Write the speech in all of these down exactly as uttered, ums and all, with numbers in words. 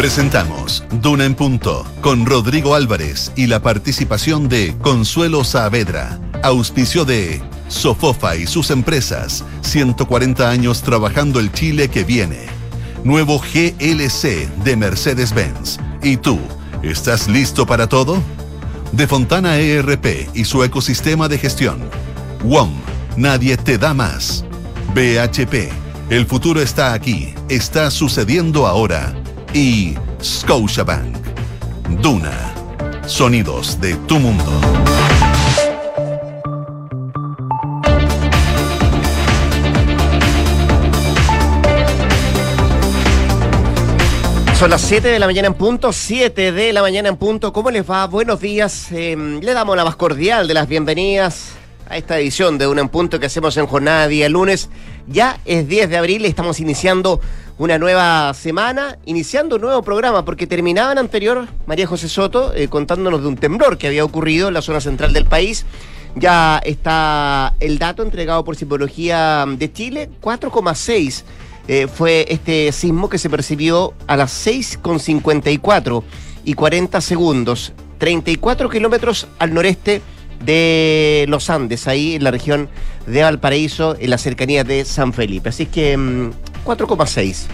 Presentamos Duna en Punto con Rodrigo Álvarez y la participación de Consuelo Saavedra, auspicio de Sofofa y sus empresas, ciento cuarenta años trabajando el Chile que viene. Nuevo G L C de Mercedes-Benz. ¿Y tú, estás listo para todo? De Fontana E R P y su ecosistema de gestión. W O M, nadie te da más. B H P, el futuro está aquí, está sucediendo ahora. Y Scotiabank. Duna, sonidos de tu mundo. Son las siete de la mañana en punto, siete de la mañana en punto. ¿Cómo les va? Buenos días. Eh, le damos la más cordial de las bienvenidas a esta edición de Duna en Punto que hacemos en jornada día lunes. Ya es diez de abril y estamos iniciando una nueva semana, iniciando un nuevo programa, porque terminaba en anterior María José Soto eh, contándonos de un temblor que había ocurrido en la zona central del país. Ya está el dato entregado por Sismología de Chile, cuatro coma seis. Eh, fue este sismo que se percibió a las seis con cincuenta y cuatro y cuarenta segundos, treinta y cuatro kilómetros al noreste de los Andes, ahí en la región de Valparaíso, en la cercanía de San Felipe. Así que mmm, cuatro coma seis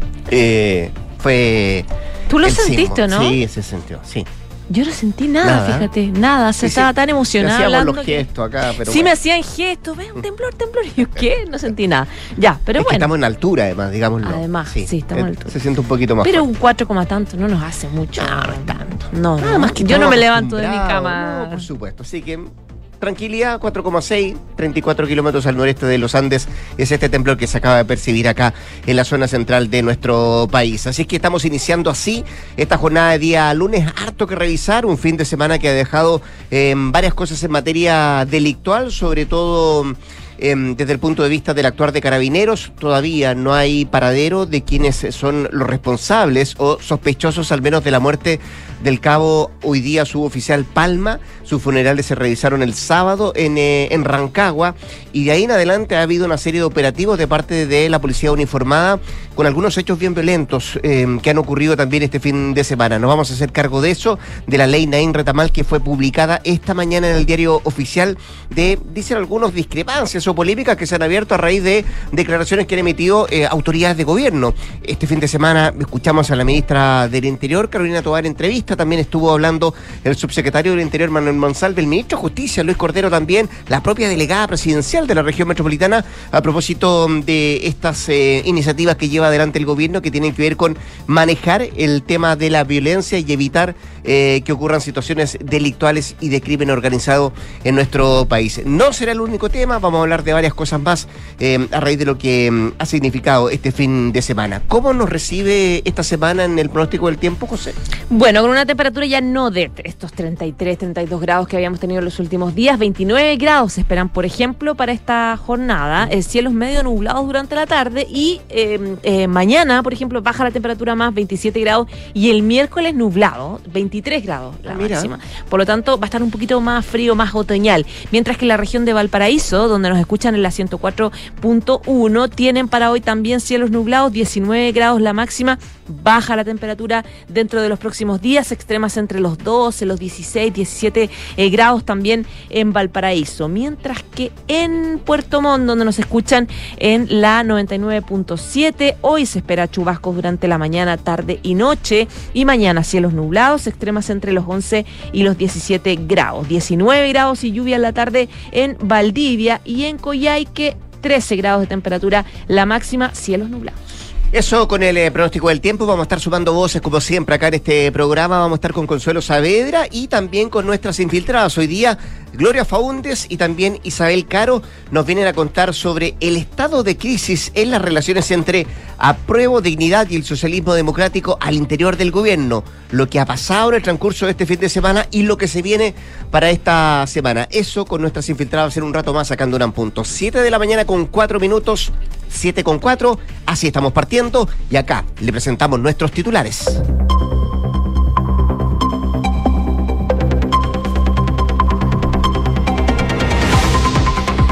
eh, fue. ¿Tú lo sentiste, sismo. no? Sí, se sintió, sí. Yo no sentí nada, Nada. fíjate, nada, se Sí, estaba sí. tan emocionada Hacíamos hablando los que- gestos acá, pero sí, bueno. me hacían gestos, ve, un temblor, temblor, y yo, ¿qué? No sentí nada. Ya, pero Es que bueno, estamos en altura, además, digámoslo. Además, sí, estamos en Eh, altura. Se siente un poquito más pero fuerte. un cuatro coma tanto no nos hace mucho. No, no es tanto. No, Nada no, más que yo no estamos me levanto de mi acostumbrados. cama. No, por supuesto. Así que tranquilidad, cuatro coma seis, treinta y cuatro kilómetros al noreste de los Andes. Es este temblor que se acaba de percibir acá en la zona central de nuestro país. Así es que estamos iniciando así esta jornada de día lunes. Harto que revisar, un fin de semana que ha dejado eh, varias cosas en materia delictual, sobre todo eh, desde el punto de vista del actuar de Carabineros. Todavía no hay paradero de quienes son los responsables o sospechosos al menos de la muerte del cabo hoy día suboficial Palma. Sus funerales se realizaron el sábado en, eh, en Rancagua, y de ahí en adelante ha habido una serie de operativos de parte de la policía uniformada con algunos hechos bien violentos eh, que han ocurrido también este fin de semana. Nos vamos a hacer cargo de eso, de la ley Naín Retamal que fue publicada esta mañana en el diario oficial, de, dicen algunos, discrepancias o polémicas que se han abierto a raíz de declaraciones que han emitido eh, autoridades de gobierno. Este fin de semana escuchamos a la ministra del Interior, Carolina Tovar, en entrevista. También estuvo hablando el subsecretario del Interior, Manuel Monsalve, el ministro de Justicia, Luis Cordero, también la propia delegada presidencial de la región metropolitana, a propósito de estas eh, iniciativas que lleva adelante el gobierno, que tienen que ver con manejar el tema de la violencia y evitar eh, que ocurran situaciones delictuales y de crimen organizado en nuestro país. No será el único tema, vamos a hablar de varias cosas más eh, a raíz de lo que eh, ha significado este fin de semana. ¿Cómo nos recibe esta semana en el pronóstico del tiempo, José? Bueno, con una temperatura ya no de estos treinta y tres, treinta y dos grados que habíamos tenido en los últimos días, veintinueve grados se esperan, por ejemplo, para esta jornada, eh, cielos medio nublados durante la tarde, y eh, eh, mañana, por ejemplo, baja la temperatura más, veintisiete grados, y el miércoles nublado, veintitrés grados la Mira. máxima. Por lo tanto, va a estar un poquito más frío, más otoñal, mientras que en la región de Valparaíso, donde nos escuchan en la ciento cuatro punto uno, tienen para hoy también cielos nublados, diecinueve grados la máxima, baja la temperatura dentro de los próximos días, extremas entre los doce, los dieciséis, diecisiete eh, grados también en Valparaíso, mientras que en Puerto Montt, donde nos escuchan en la noventa y nueve punto siete, hoy se espera chubascos durante la mañana, tarde y noche, y mañana cielos nublados, extremas entre los once y los diecisiete grados, diecinueve grados y lluvia en la tarde en Valdivia, y en Coyhaique trece grados de temperatura la máxima, cielos nublados. Eso con el eh, pronóstico del tiempo. Vamos a estar sumando voces como siempre acá en este programa. Vamos a estar con Consuelo Saavedra y también con nuestras infiltradas. Hoy día Gloria Faúndez y también Isabel Caro nos vienen a contar sobre el estado de crisis en las relaciones entre Apruebo, Dignidad y el socialismo democrático al interior del gobierno, lo que ha pasado en el transcurso de este fin de semana y lo que se viene para esta semana. Eso con nuestras infiltradas en un rato más acá en Duna en Punto. siete de la mañana con cuatro minutos, siete con cuatro, así estamos partiendo y acá le presentamos nuestros titulares.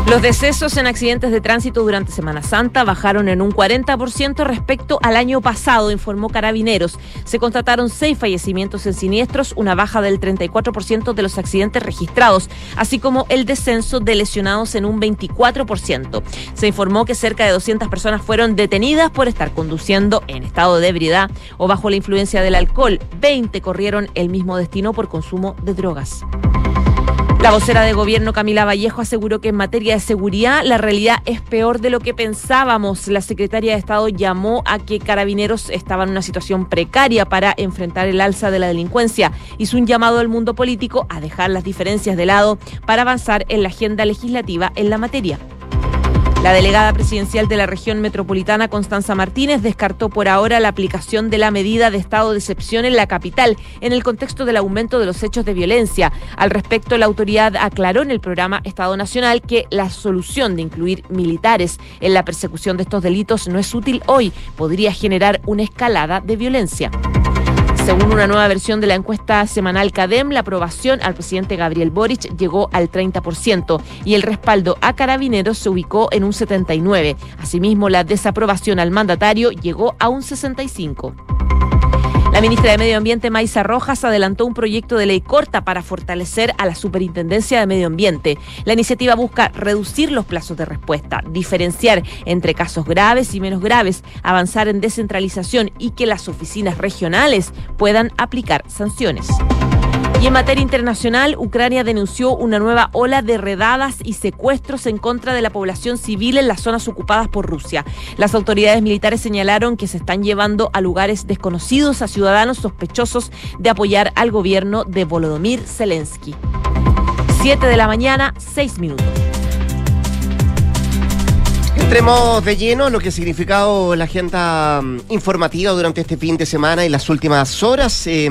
Los decesos en accidentes de tránsito durante Semana Santa bajaron en un cuarenta por ciento respecto al año pasado, informó Carabineros. Se constataron seis fallecimientos en siniestros, una baja del treinta y cuatro por ciento de los accidentes registrados, así como el descenso de lesionados en un veinticuatro por ciento. Se informó que cerca de doscientas personas fueron detenidas por estar conduciendo en estado de ebriedad o bajo la influencia del alcohol. veinte corrieron el mismo destino por consumo de drogas. La vocera de gobierno, Camila Vallejo, aseguró que en materia de seguridad la realidad es peor de lo que pensábamos. La secretaria de Estado llamó a que Carabineros estaba en una situación precaria para enfrentar el alza de la delincuencia. Hizo un llamado al mundo político a dejar las diferencias de lado para avanzar en la agenda legislativa en la materia. La delegada presidencial de la región metropolitana, Constanza Martínez, descartó por ahora la aplicación de la medida de estado de excepción en la capital, en el contexto del aumento de los hechos de violencia. Al respecto, la autoridad aclaró en el programa Estado Nacional que la solución de incluir militares en la persecución de estos delitos no es útil hoy, podría generar una escalada de violencia. Según una nueva versión de la encuesta semanal CADEM, la aprobación al presidente Gabriel Boric llegó al treinta por ciento y el respaldo a Carabineros se ubicó en un setenta y nueve por ciento. Asimismo, la desaprobación al mandatario llegó a un sesenta y cinco por ciento. La ministra de Medio Ambiente, Maysa Rojas, adelantó un proyecto de ley corta para fortalecer a la Superintendencia de Medio Ambiente. La iniciativa busca reducir los plazos de respuesta, diferenciar entre casos graves y menos graves, avanzar en descentralización y que las oficinas regionales puedan aplicar sanciones. Y en materia internacional, Ucrania denunció una nueva ola de redadas y secuestros en contra de la población civil en las zonas ocupadas por Rusia. Las autoridades militares señalaron que se están llevando a lugares desconocidos a ciudadanos sospechosos de apoyar al gobierno de Volodymyr Zelensky. Siete de la mañana, seis minutos. Entremos de lleno en lo que ha significado la agenda informativa durante este fin de semana y las últimas horas. Eh,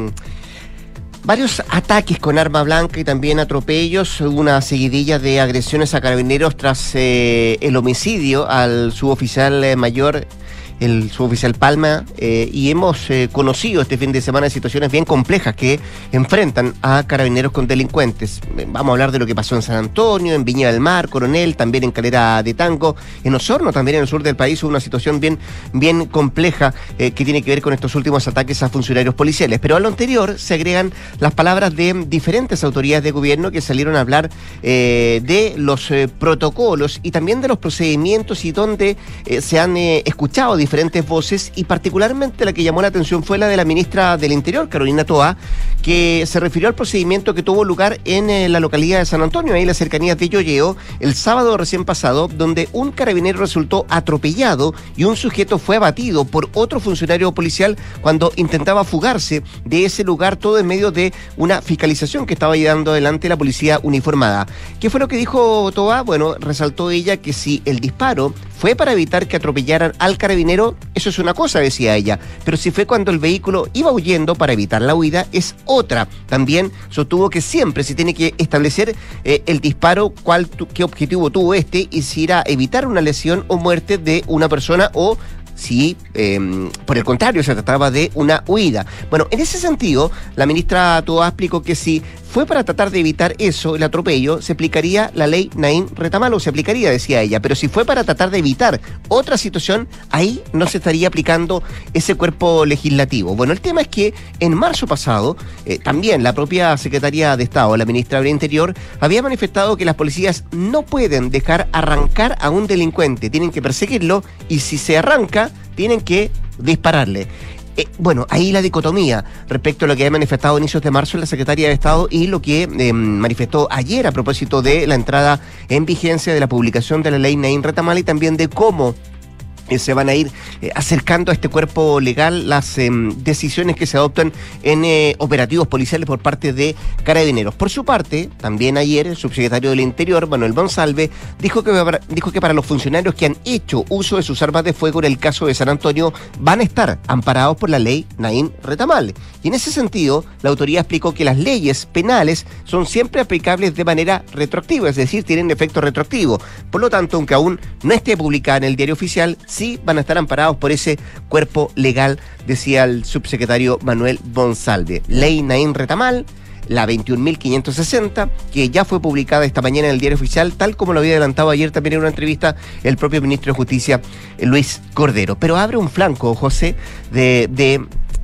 Varios ataques con arma blanca y también atropellos, una seguidilla de agresiones a carabineros tras eh, el homicidio al suboficial eh, mayor, el suboficial Palma, eh, y hemos eh, conocido este fin de semana situaciones bien complejas que enfrentan a carabineros con delincuentes. Vamos a hablar de lo que pasó en San Antonio, en Viña del Mar, Coronel, también en Calera de Tango, en Osorno, también en el sur del país, hubo una situación bien, bien compleja eh, que tiene que ver con estos últimos ataques a funcionarios policiales. Pero a lo anterior se agregan las palabras de diferentes autoridades de gobierno que salieron a hablar eh, de los eh, protocolos y también de los procedimientos y donde eh, se han eh, escuchado diferentes voces, y particularmente la que llamó la atención fue la de la ministra del Interior, Carolina Toá, que se refirió al procedimiento que tuvo lugar en eh, la localidad de San Antonio, ahí en las cercanías de Yoyeo, el sábado recién pasado, donde un carabinero resultó atropellado y un sujeto fue abatido por otro funcionario policial cuando intentaba fugarse de ese lugar, todo en medio de una fiscalización que estaba llevando adelante la policía uniformada. ¿Qué fue lo que dijo Toá? Bueno, resaltó ella que si el disparo fue para evitar que atropellaran al carabinero, eso es una cosa, decía ella, pero si fue cuando el vehículo iba huyendo para evitar la huida, es otra. También sostuvo que siempre se tiene que establecer eh, el disparo, cuál, qué objetivo tuvo este, y si era evitar una lesión o muerte de una persona o si, eh, por el contrario, se trataba de una huida. Bueno, en ese sentido, la ministra Toá explicó que si fue para tratar de evitar eso, el atropello, se aplicaría la ley Naín Retamal, o se aplicaría, decía ella, pero si fue para tratar de evitar otra situación, ahí no se estaría aplicando ese cuerpo legislativo. Bueno, el tema es que en marzo pasado, eh, también la propia secretaria de Estado, la ministra del Interior, había manifestado que las policías no pueden dejar arrancar a un delincuente, tienen que perseguirlo, y si se arranca, tienen que dispararle. Eh, bueno, ahí la dicotomía respecto a lo que había manifestado a inicios de marzo la secretaria de Estado y lo que eh, manifestó ayer a propósito de la entrada en vigencia de la publicación de la ley Naín Retamal y también de cómo Eh, se van a ir eh, acercando a este cuerpo legal las eh, decisiones que se adoptan en eh, operativos policiales por parte de carabineros. Por su parte, también ayer el subsecretario del Interior, Manuel Monsalve, dijo que, dijo que para los funcionarios que han hecho uso de sus armas de fuego en el caso de San Antonio van a estar amparados por la ley Naín Retamal. Y en ese sentido, la autoridad explicó que las leyes penales son siempre aplicables de manera retroactiva, es decir, tienen efecto retroactivo. Por lo tanto, aunque aún no esté publicada en el diario oficial, sí van a estar amparados por ese cuerpo legal, decía el subsecretario Manuel Monsalve. Ley Naín Retamal, la veintiún mil quinientos sesenta, que ya fue publicada esta mañana en el Diario Oficial, tal como lo había adelantado ayer también en una entrevista el propio ministro de Justicia, Luis Cordero. Pero abre un flanco, José, de... de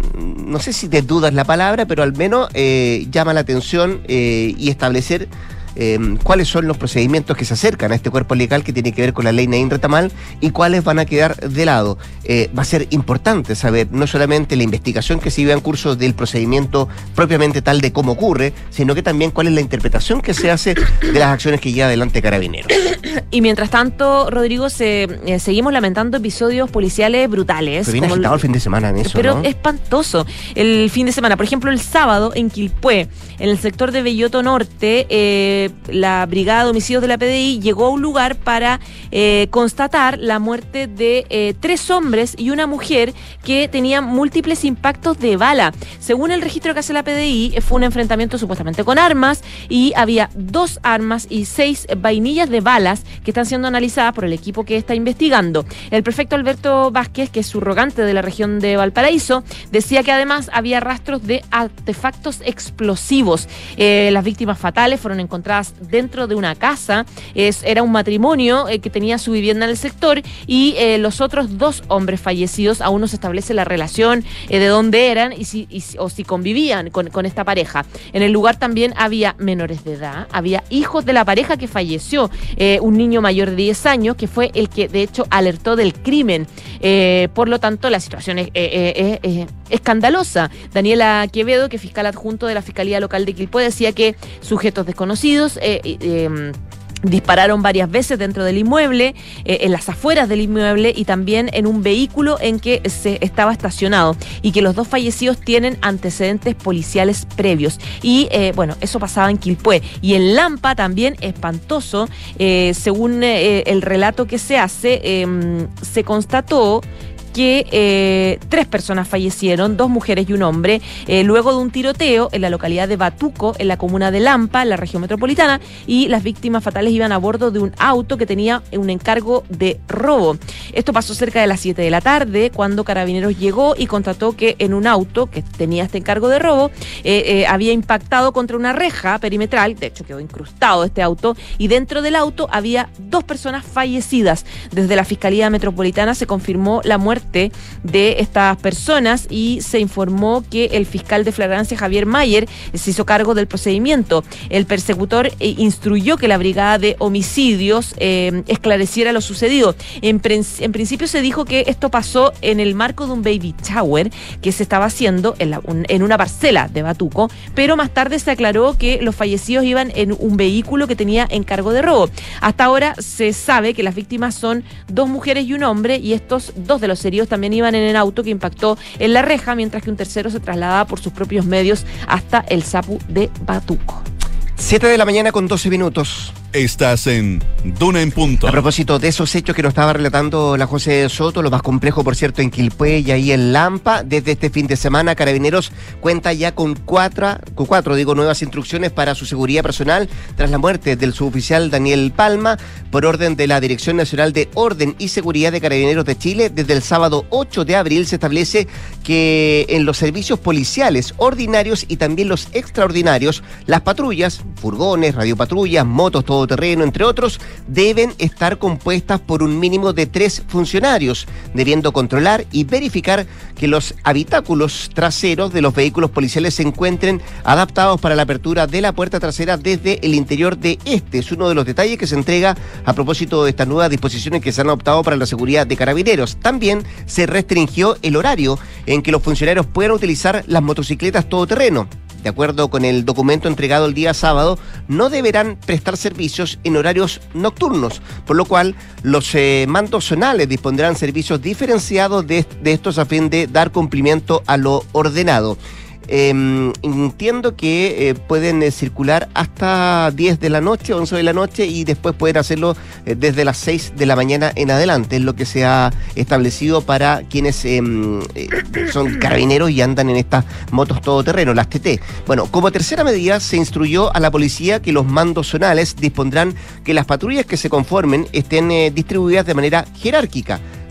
no sé si de duda es la palabra, pero al menos eh, llama la atención eh, y establecer Eh, cuáles son los procedimientos que se acercan a este cuerpo legal que tiene que ver con la ley Naín Retamal y cuáles van a quedar de lado. Eh, va a ser importante saber no solamente la investigación que se lleva en curso del procedimiento propiamente tal de cómo ocurre, sino que también cuál es la interpretación que se hace de las acciones que lleva adelante Carabineros. Y mientras tanto, Rodrigo, se, eh, seguimos lamentando episodios policiales brutales. Pero viene agitado el fin de semana en eso, Pero ¿no? espantoso. El fin de semana, por ejemplo, el sábado en Quilpué, en el sector de Belloto Norte, eh, la Brigada de Homicidios de la P D I llegó a un lugar para eh, constatar la muerte de eh, tres hombres y una mujer que tenían múltiples impactos de bala. Según el registro que hace la P D I, fue un enfrentamiento supuestamente con armas y había dos armas y seis vainillas de balas que están siendo analizadas por el equipo que está investigando. El prefecto Alberto Vázquez, que es subrogante de la región de Valparaíso, decía que además había rastros de artefactos explosivos. Eh, las víctimas fatales fueron encontradas dentro de una casa. Es, era un matrimonio eh, que tenía su vivienda en el sector y eh, los otros dos hombres fallecidos, aún no se establece la relación eh, de dónde eran y si, y, o si convivían con, con esta pareja. En el lugar también había menores de edad, había hijos de la pareja que falleció, eh, un niño mayor de diez años que fue el que de hecho alertó del crimen. Eh, por lo tanto, la situación es eh, eh, eh, escandalosa. Daniela Quevedo, que es fiscal adjunto de la Fiscalía Local de Quilpué, decía que sujetos desconocidos Eh, eh, dispararon varias veces dentro del inmueble, eh, en las afueras del inmueble y también en un vehículo en que se estaba estacionado y que los dos fallecidos tienen antecedentes policiales previos. Y eh, bueno, eso pasaba en Quilpué. Y en Lampa también espantoso, eh, según eh, el relato que se hace, eh, se constató que eh, tres personas fallecieron, dos mujeres y un hombre, eh, luego de un tiroteo en la localidad de Batuco, en la comuna de Lampa, en la región metropolitana, y las víctimas fatales iban a bordo de un auto que tenía un encargo de robo. Esto pasó cerca de las siete de la tarde, cuando Carabineros llegó y constató que en un auto que tenía este encargo de robo, eh, eh, había impactado contra una reja perimetral, de hecho quedó incrustado este auto, y dentro del auto había dos personas fallecidas. Desde la Fiscalía Metropolitana se confirmó la muerte de estas personas y se informó que el fiscal de flagrancia Javier Mayer se hizo cargo del procedimiento. El persecutor eh, instruyó que la Brigada de Homicidios eh, esclareciera lo sucedido. En, en principio se dijo que esto pasó en el marco de un baby shower que se estaba haciendo en, la, un, en una parcela de Batuco, pero más tarde se aclaró que los fallecidos iban en un vehículo que tenía encargo de robo. Hasta ahora se sabe que las víctimas son dos mujeres y un hombre, y estos dos de los heridos también iban en el auto que impactó en la reja, mientras que un tercero se trasladaba por sus propios medios hasta el Sapu de Batuco. siete de la mañana con doce minutos. Estás en Duna en Punto. A propósito de esos hechos que nos estaba relatando la José Soto, lo más complejo, por cierto, en Quilpué y ahí en Lampa, desde este fin de semana Carabineros cuenta ya con cuatro, con cuatro digo, nuevas instrucciones para su seguridad personal tras la muerte del suboficial Daniel Palma, por orden de la Dirección Nacional de Orden y Seguridad de Carabineros de Chile. Desde el sábado ocho de abril se establece que en los servicios policiales ordinarios y también los extraordinarios, las patrullas, furgones, radiopatrullas, motos, todo terreno, entre otros, deben estar compuestas por un mínimo de tres funcionarios, debiendo controlar y verificar que los habitáculos traseros de los vehículos policiales se encuentren adaptados para la apertura de la puerta trasera desde el interior de este. Es uno de los detalles que se entrega a propósito de estas nuevas disposiciones que se han adoptado para la seguridad de Carabineros. También se restringió el horario en que los funcionarios puedan utilizar las motocicletas todoterreno. De acuerdo con el documento entregado el día sábado, no deberán prestar servicios en horarios nocturnos, por lo cual los eh, mandos zonales dispondrán servicios diferenciados de, de estos a fin de dar cumplimiento a lo ordenado. Eh, entiendo que eh, pueden eh, circular hasta diez de la noche, once de la noche, y después pueden hacerlo eh, desde las seis de la mañana en adelante. Es lo que se ha establecido para quienes eh, eh, son carabineros y andan en estas motos todoterreno, las T T. Bueno, como tercera medida se instruyó a la policía que los mandos zonales dispondrán que las patrullas que se conformen estén eh, distribuidas de manera jerárquica.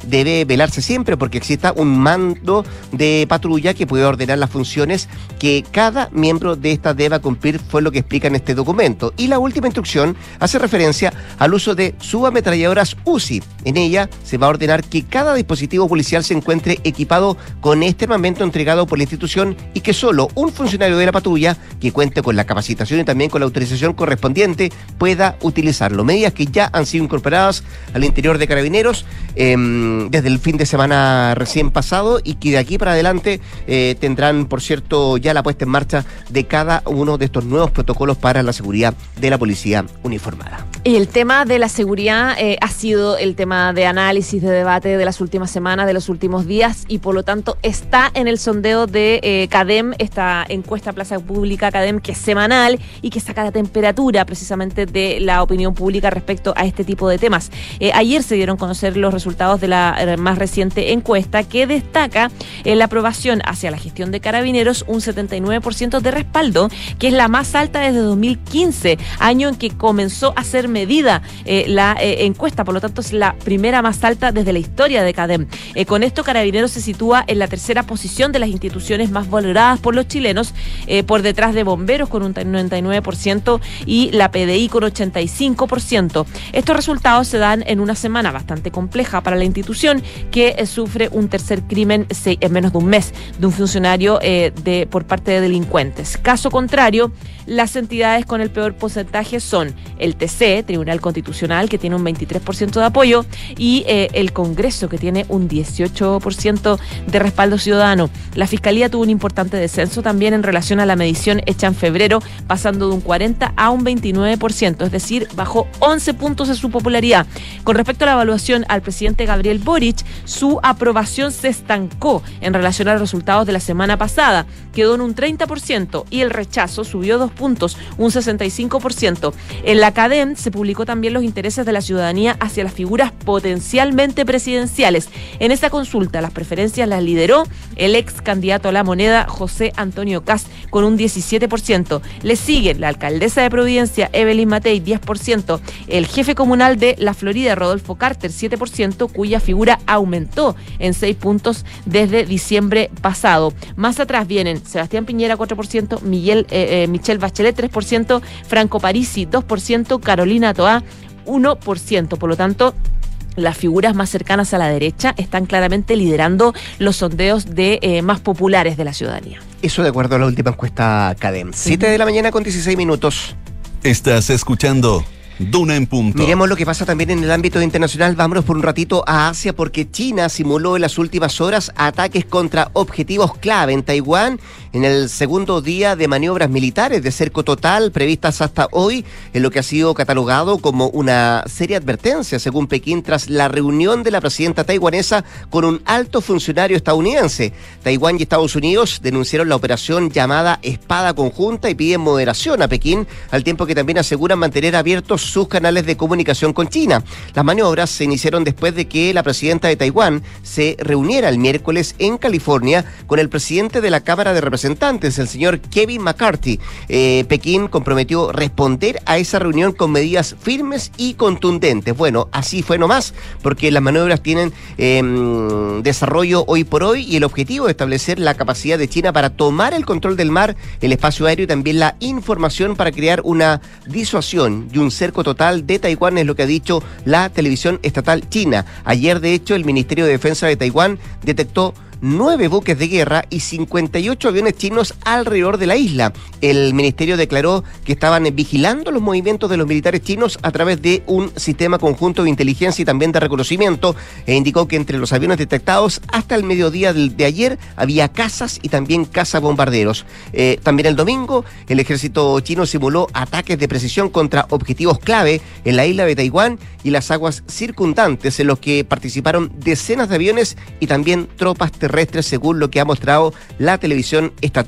debe velarse siempre porque exista un mando de patrulla que puede ordenar las funciones que cada miembro de esta deba cumplir, fue lo que explica en este documento. Y la última instrucción hace referencia al uso de subametralladoras U C I. En ella se va a ordenar que cada dispositivo policial se encuentre equipado con este armamento entregado por la institución y que solo un funcionario de la patrulla que cuente con la capacitación y también con la autorización correspondiente pueda utilizarlo. Medidas que ya han sido incorporadas al interior de Carabineros eh, desde el fin de semana recién pasado y que de aquí para adelante eh, tendrán, por cierto, ya la puesta en marcha de cada uno de estos nuevos protocolos para la seguridad de la policía uniformada. El tema de la seguridad eh, ha sido el tema de análisis, de debate de las últimas semanas, de los últimos días, y por lo tanto está en el sondeo de eh, CADEM, esta encuesta Plaza Pública CADEM, que es semanal y que saca la temperatura precisamente de la opinión pública respecto a este tipo de temas. Eh, ayer se dieron a conocer los resultados de la eh, más reciente encuesta, que destaca eh, la aprobación hacia la gestión de Carabineros, un setenta y nueve por ciento de respaldo, que es la más alta desde dos mil quince, año en que comenzó a ser medida eh, la eh, encuesta, por lo tanto es la primera más alta desde la historia de CADEM. Eh, con esto Carabineros se sitúa en la tercera posición de las instituciones más valoradas por los chilenos, eh, por detrás de Bomberos con un noventa y nueve por ciento y la P D I con ochenta y cinco por ciento. Estos resultados se dan en una semana bastante compleja para la institución, que eh, sufre un tercer crimen se, en menos de un mes de un funcionario eh, de, por parte de delincuentes. Caso contrario, las entidades con el peor porcentaje son el T C, Tribunal Constitucional, que tiene un veintitrés por ciento de apoyo, y eh, el Congreso, que tiene un dieciocho por ciento de respaldo ciudadano. La Fiscalía tuvo un importante descenso también en relación a la medición hecha en febrero, pasando de un cuarenta a un veintinueve por ciento, es decir, bajó once puntos en su popularidad. Con respecto a la evaluación al presidente Gabriel Boric, su aprobación se estancó en relación a los resultados de la semana pasada, quedó en un treinta por ciento, y el rechazo subió dos puntos, un sesenta y cinco por ciento. En la CADEM se publicó también los intereses de la ciudadanía hacia las figuras potencialmente presidenciales. En esa consulta, las preferencias las lideró el ex candidato a la moneda, José Antonio Kast, con un diecisiete por ciento. Le siguen la alcaldesa de Providencia, Evelyn Matei, diez por ciento. El jefe comunal de La Florida, Rodolfo Carter, siete por ciento, cuya figura aumentó en seis puntos desde diciembre pasado. Más atrás vienen Sebastián Piñera, cuatro por ciento, Miguel, eh, eh, Michelle Bachelet, tres por ciento, Franco Parisi, dos por ciento, Carolina Toá, uno por ciento. Por lo tanto, las figuras más cercanas a la derecha están claramente liderando los sondeos de eh, más populares de la ciudadanía. Eso de acuerdo a la última encuesta CADEM. siete de la mañana con dieciséis minutos. Estás escuchando Duna en Punto. Miremos lo que pasa también en el ámbito internacional. Vámonos por un ratito a Asia, porque China simuló en las últimas horas ataques contra objetivos clave en Taiwán en el segundo día de maniobras militares de cerco total previstas hasta hoy, en lo que ha sido catalogado como una seria advertencia, según Pekín, tras la reunión de la presidenta taiwanesa con un alto funcionario estadounidense. Taiwán y Estados Unidos denunciaron la operación llamada Espada Conjunta y piden moderación a Pekín, al tiempo que también aseguran mantener abiertos sus canales de comunicación con China. Las maniobras se iniciaron después de que la presidenta de Taiwán se reuniera el miércoles en California con el presidente de la Cámara de Representantes, el señor Kevin McCarthy. Eh, Pekín comprometió responder a esa reunión con medidas firmes y contundentes. Bueno, así fue nomás, porque las maniobras tienen eh, desarrollo hoy por hoy, y el objetivo es establecer la capacidad de China para tomar el control del mar, el espacio aéreo y también la información para crear una disuasión y un cerco total de Taiwán, es lo que ha dicho la televisión estatal china. Ayer, de hecho, el Ministerio de Defensa de Taiwán detectó nueve buques de guerra y cincuenta y ocho aviones chinos alrededor de la isla. El ministerio declaró que estaban vigilando los movimientos de los militares chinos a través de un sistema conjunto de inteligencia y también de reconocimiento, e indicó que entre los aviones detectados hasta el mediodía de ayer había cazas y también cazabombarderos. Eh, también el domingo, el ejército chino simuló ataques de precisión contra objetivos clave en la isla de Taiwán y las aguas circundantes, en los que participaron decenas de aviones y también tropas terrestres, según lo que ha mostrado la televisión estatal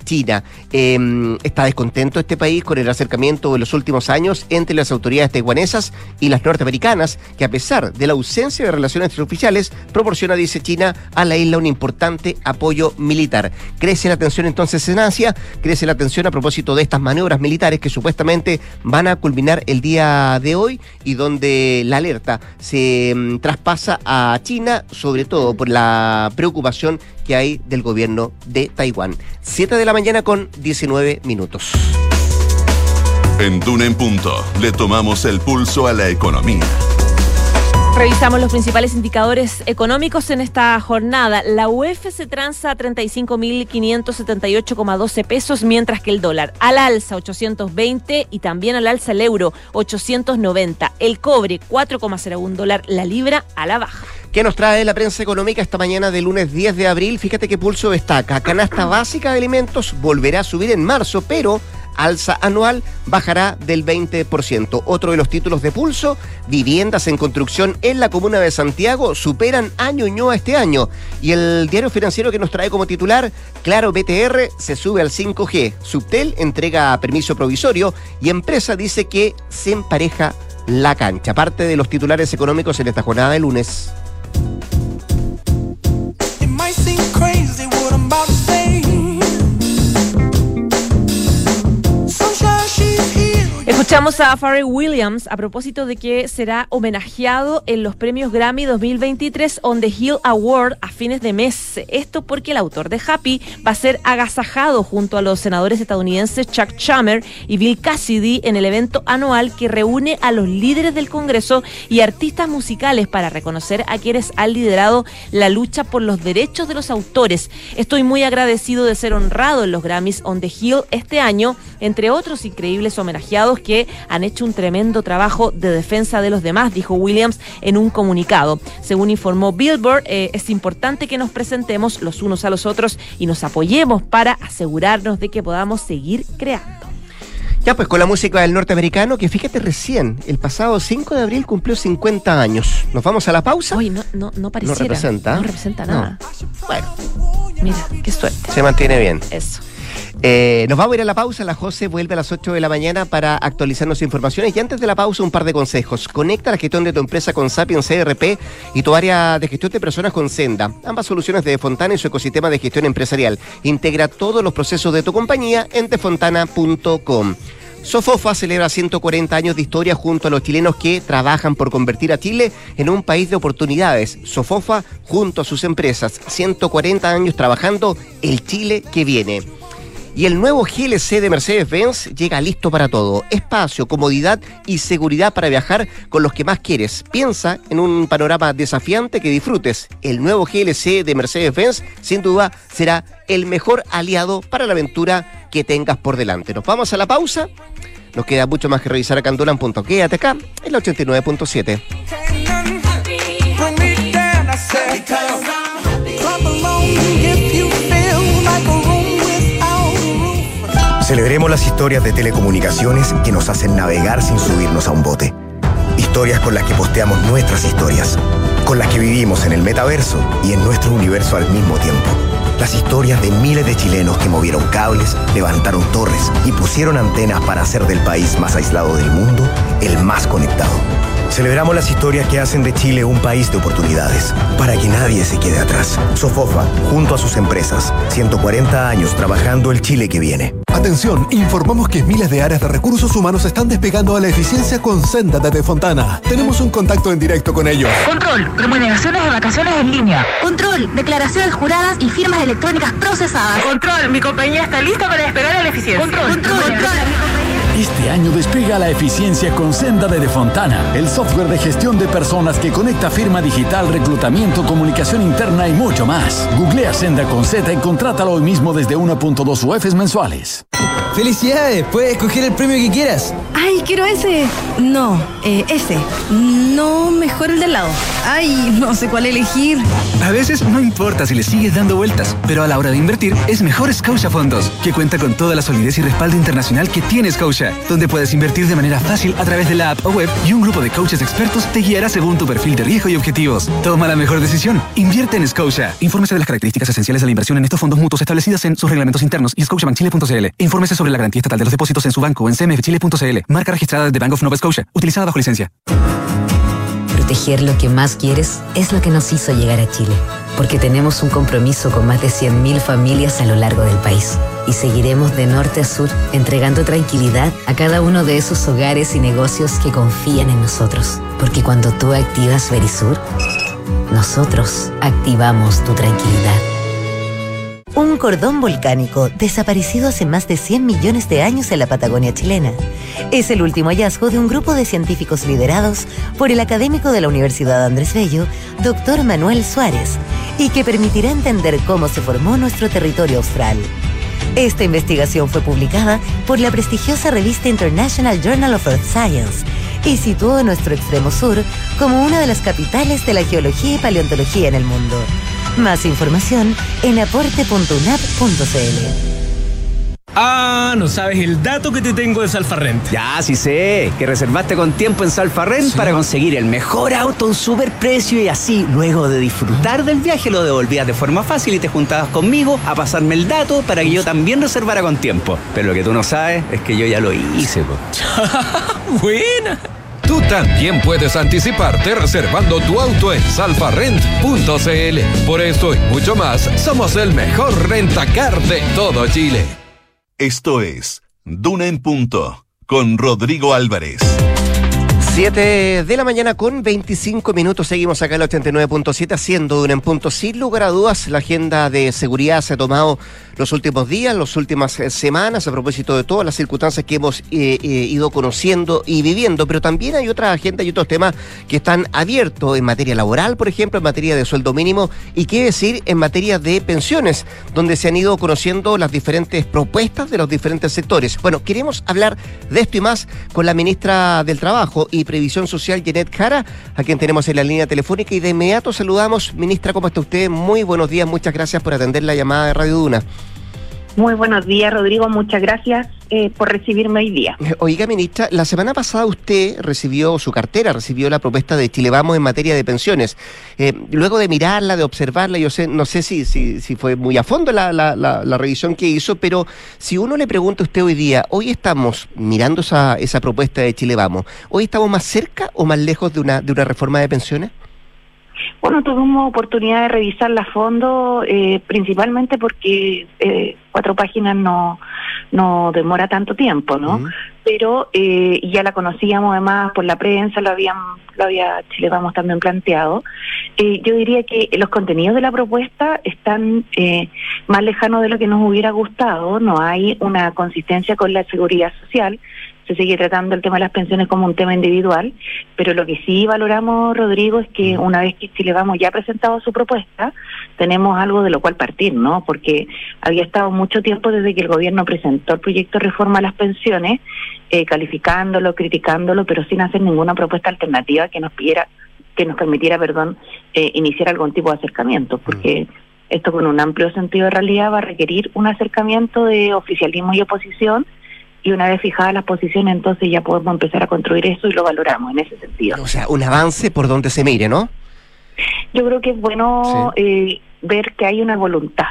China. Eh, está descontento este país con el acercamiento de los últimos años entre las autoridades taiwanesas y las norteamericanas, que a pesar de la ausencia de relaciones extraoficiales, proporciona, dice China, a la isla un importante apoyo militar. Crece la tensión entonces en Asia, crece la tensión a propósito de estas maniobras militares que supuestamente van a culminar el día de hoy y donde la alerta se um, traspasa a China, sobre todo por la preocupación que hay del gobierno de Taiwán. siete de la mañana con diecinueve minutos. En Duna en Punto le tomamos el pulso a la economía. Revisamos los principales indicadores económicos en esta jornada. La U E F se transa a treinta y cinco mil quinientos setenta y ocho coma doce pesos, mientras que el dólar al alza ochocientos veinte y también al alza el euro ochocientos noventa. El cobre cuatro coma cero uno dólar, la libra a la baja. ¿Qué nos trae la prensa económica esta mañana de lunes diez de abril? Fíjate que Pulso destaca: canasta básica de alimentos volverá a subir en marzo, pero alza anual bajará del veinte por ciento. Otro de los títulos de Pulso: viviendas en construcción en la comuna de Santiago superan a Ñuñoa este año. Y el diario financiero que nos trae como titular: Claro B T R se sube al cinco G. Subtel entrega permiso provisorio y empresa dice que se empareja la cancha. Parte de los titulares económicos en esta jornada de lunes. Escuchamos a Pharrell Williams a propósito de que será homenajeado en los premios Grammy dos mil veintitrés on the Hill Award a fines de mes. Esto porque el autor de Happy va a ser agasajado junto a los senadores estadounidenses Chuck Schumer y Bill Cassidy en el evento anual que reúne a los líderes del Congreso y artistas musicales para reconocer a quienes han liderado la lucha por los derechos de los autores. Estoy muy agradecido de ser honrado en los Grammys on the Hill este año, entre otros increíbles homenajeados que han hecho un tremendo trabajo de defensa de los demás, dijo Williams en un comunicado. Según informó Billboard, eh, es importante que nos presentemos los unos a los otros y nos apoyemos para asegurarnos de que podamos seguir creando. Ya pues, con la música del norteamericano, que fíjate, recién, el pasado cinco de abril cumplió cincuenta años. ¿Nos vamos a la pausa? Uy, no, no, no pareciera. No representa. No representa nada. No. Bueno. Mira, qué suerte. Se mantiene bien. Eso. Eh, nos vamos a ir a la pausa. La José vuelve a las ocho de la mañana para actualizarnos informaciones. Y antes de la pausa, un par de consejos. Conecta la gestión de tu empresa con Sapiens C R P y tu área de gestión de personas con Senda. Ambas soluciones de Defontana y su ecosistema de gestión empresarial. Integra todos los procesos de tu compañía en defontana punto com. Sofofa celebra ciento cuarenta años de historia junto a los chilenos que trabajan por convertir a Chile en un país de oportunidades. Sofofa junto a sus empresas. ciento cuarenta años trabajando el Chile que viene. Y el nuevo G L C de Mercedes-Benz llega listo para todo. Espacio, comodidad y seguridad para viajar con los que más quieres. Piensa en un panorama desafiante que disfrutes. El nuevo G L C de Mercedes-Benz, sin duda, será el mejor aliado para la aventura que tengas por delante. Nos vamos a la pausa. Nos queda mucho más que revisar acá en Duna en Punto. Quédate acá en la ochenta y nueve punto siete. Celebremos las historias de telecomunicaciones que nos hacen navegar sin subirnos a un bote. Historias con las que posteamos nuestras historias, con las que vivimos en el metaverso y en nuestro universo al mismo tiempo. Las historias de miles de chilenos que movieron cables, levantaron torres y pusieron antenas para hacer del país más aislado del mundo el más conectado. Celebramos las historias que hacen de Chile un país de oportunidades, para que nadie se quede atrás. Sofofa, junto a sus empresas, ciento cuarenta años trabajando el Chile que viene. Atención, informamos que miles de áreas de recursos humanos están despegando a la eficiencia con Senda de Defontana. Tenemos un contacto en directo con ellos. Control, remuneraciones de vacaciones en línea. Control, declaraciones juradas y firmas electrónicas procesadas. Control, mi compañía está lista para despegar a la eficiencia. Control, control, control, control. Este año despega la eficiencia con Senda de Defontana, el software de gestión de personas que conecta firma digital, reclutamiento, comunicación interna y mucho más. Googlea Senda con Z y contrátalo hoy mismo desde uno punto dos U Fs mensuales. ¡Felicidades! Puedes escoger el premio que quieras. ¡Ay, quiero ese! No, eh, ese. No, mejor el de al lado. ¡Ay, no sé cuál elegir! A veces no importa si le sigues dando vueltas, pero a la hora de invertir es mejor Scotia Fondos, que cuenta con toda la solidez y respaldo internacional que tiene Scotia, donde puedes invertir de manera fácil a través de la app o web y un grupo de coaches expertos te guiará según tu perfil de riesgo y objetivos. Toma la mejor decisión. Invierte en Scotia. Infórmese de las características esenciales de la inversión en estos fondos mutuos establecidas en sus reglamentos internos y scotiabank chile punto c l. Infórmese sobre la garantía estatal de los depósitos en su banco o en c m f chile punto c l. Marca registrada de Bank of Nova Scotia. Utilizada bajo licencia. Proteger lo que más quieres es lo que nos hizo llegar a Chile. Porque tenemos un compromiso con más de cien mil familias a lo largo del país. Y seguiremos de norte a sur entregando tranquilidad a cada uno de esos hogares y negocios que confían en nosotros. Porque cuando tú activas Verisur, nosotros activamos tu tranquilidad. Un cordón volcánico desaparecido hace más de cien millones de años en la Patagonia chilena. Es el último hallazgo de un grupo de científicos liderados por el académico de la Universidad Andrés Bello, doctor Manuel Suárez, y que permitirá entender cómo se formó nuestro territorio austral. Esta investigación fue publicada por la prestigiosa revista International Journal of Earth Science y situó a nuestro extremo sur como una de las capitales de la geología y paleontología en el mundo. Más información en aporte punto u n a p punto c l. Ah, no sabes el dato que te tengo de Salfarrent. Ya, sí sé, que reservaste con tiempo en Salfarrent sí. para conseguir el mejor auto a un super precio y así, luego de disfrutar del viaje, lo devolvías de forma fácil y te juntabas conmigo a pasarme el dato para que yo también reservara con tiempo. Pero lo que tú no sabes es que yo ya lo hice, po. Buena. Tú también puedes anticiparte reservando tu auto en salfarrent punto c l. Por esto y mucho más, somos el mejor rentacar de todo Chile. Esto es Duna en Punto, con Rodrigo Álvarez. siete de la mañana con veinticinco minutos, seguimos acá en el ochenta y nueve punto siete haciendo Duna en Punto. Sin lugar a dudas, la agenda de seguridad se ha tomado los últimos días, las últimas semanas, a propósito de todas las circunstancias que hemos eh, eh, ido conociendo y viviendo, pero también hay otras agendas y otros temas que están abiertos en materia laboral, por ejemplo, en materia de sueldo mínimo y qué decir en materia de pensiones, donde se han ido conociendo las diferentes propuestas de los diferentes sectores. Bueno, queremos hablar de esto y más con la ministra del Trabajo y Previsión Social, Janet Jara, a quien tenemos en la línea telefónica, y de inmediato saludamos. Ministra, ¿cómo está usted? Muy buenos días, muchas gracias por atender la llamada de Radio Duna. Muy buenos días, Rodrigo, muchas gracias eh, por recibirme hoy día. Oiga, ministra, la semana pasada usted recibió, su cartera recibió la propuesta de Chile Vamos en materia de pensiones. Eh, luego de mirarla, de observarla, yo sé, no sé si, si, si fue muy a fondo la, la, la, la revisión que hizo, pero si uno le pregunta a usted hoy día, hoy estamos mirando esa, esa propuesta de Chile Vamos, ¿hoy estamos más cerca o más lejos de una, de una reforma de pensiones? Bueno, tuvimos oportunidad de revisarla a fondo, eh, principalmente porque eh, cuatro páginas no no demora tanto tiempo, ¿no? Uh-huh. Pero eh, ya la conocíamos además por la prensa, lo habían lo había Chile Vamos también planteado. Eh, yo diría que los contenidos de la propuesta están eh, más lejanos de lo que nos hubiera gustado. No hay una consistencia con la seguridad social. Se sigue tratando el tema de las pensiones como un tema individual, pero lo que sí valoramos, Rodrigo, es que una vez que Chile Vamos ya ha presentado su propuesta, tenemos algo de lo cual partir, ¿no? Porque había estado mucho tiempo desde que el gobierno presentó el proyecto de reforma a las pensiones, eh, calificándolo, criticándolo, pero sin hacer ninguna propuesta alternativa que nos pidiera, que nos permitiera, perdón, eh, iniciar algún tipo de acercamiento, porque esto con un amplio sentido de realidad va a requerir un acercamiento de oficialismo y oposición. Y una vez fijadas las posiciones, entonces ya podemos empezar a construir eso y lo valoramos en ese sentido. O sea, un avance por donde se mire, ¿no? Yo creo que es bueno sí. eh, ver que hay una voluntad.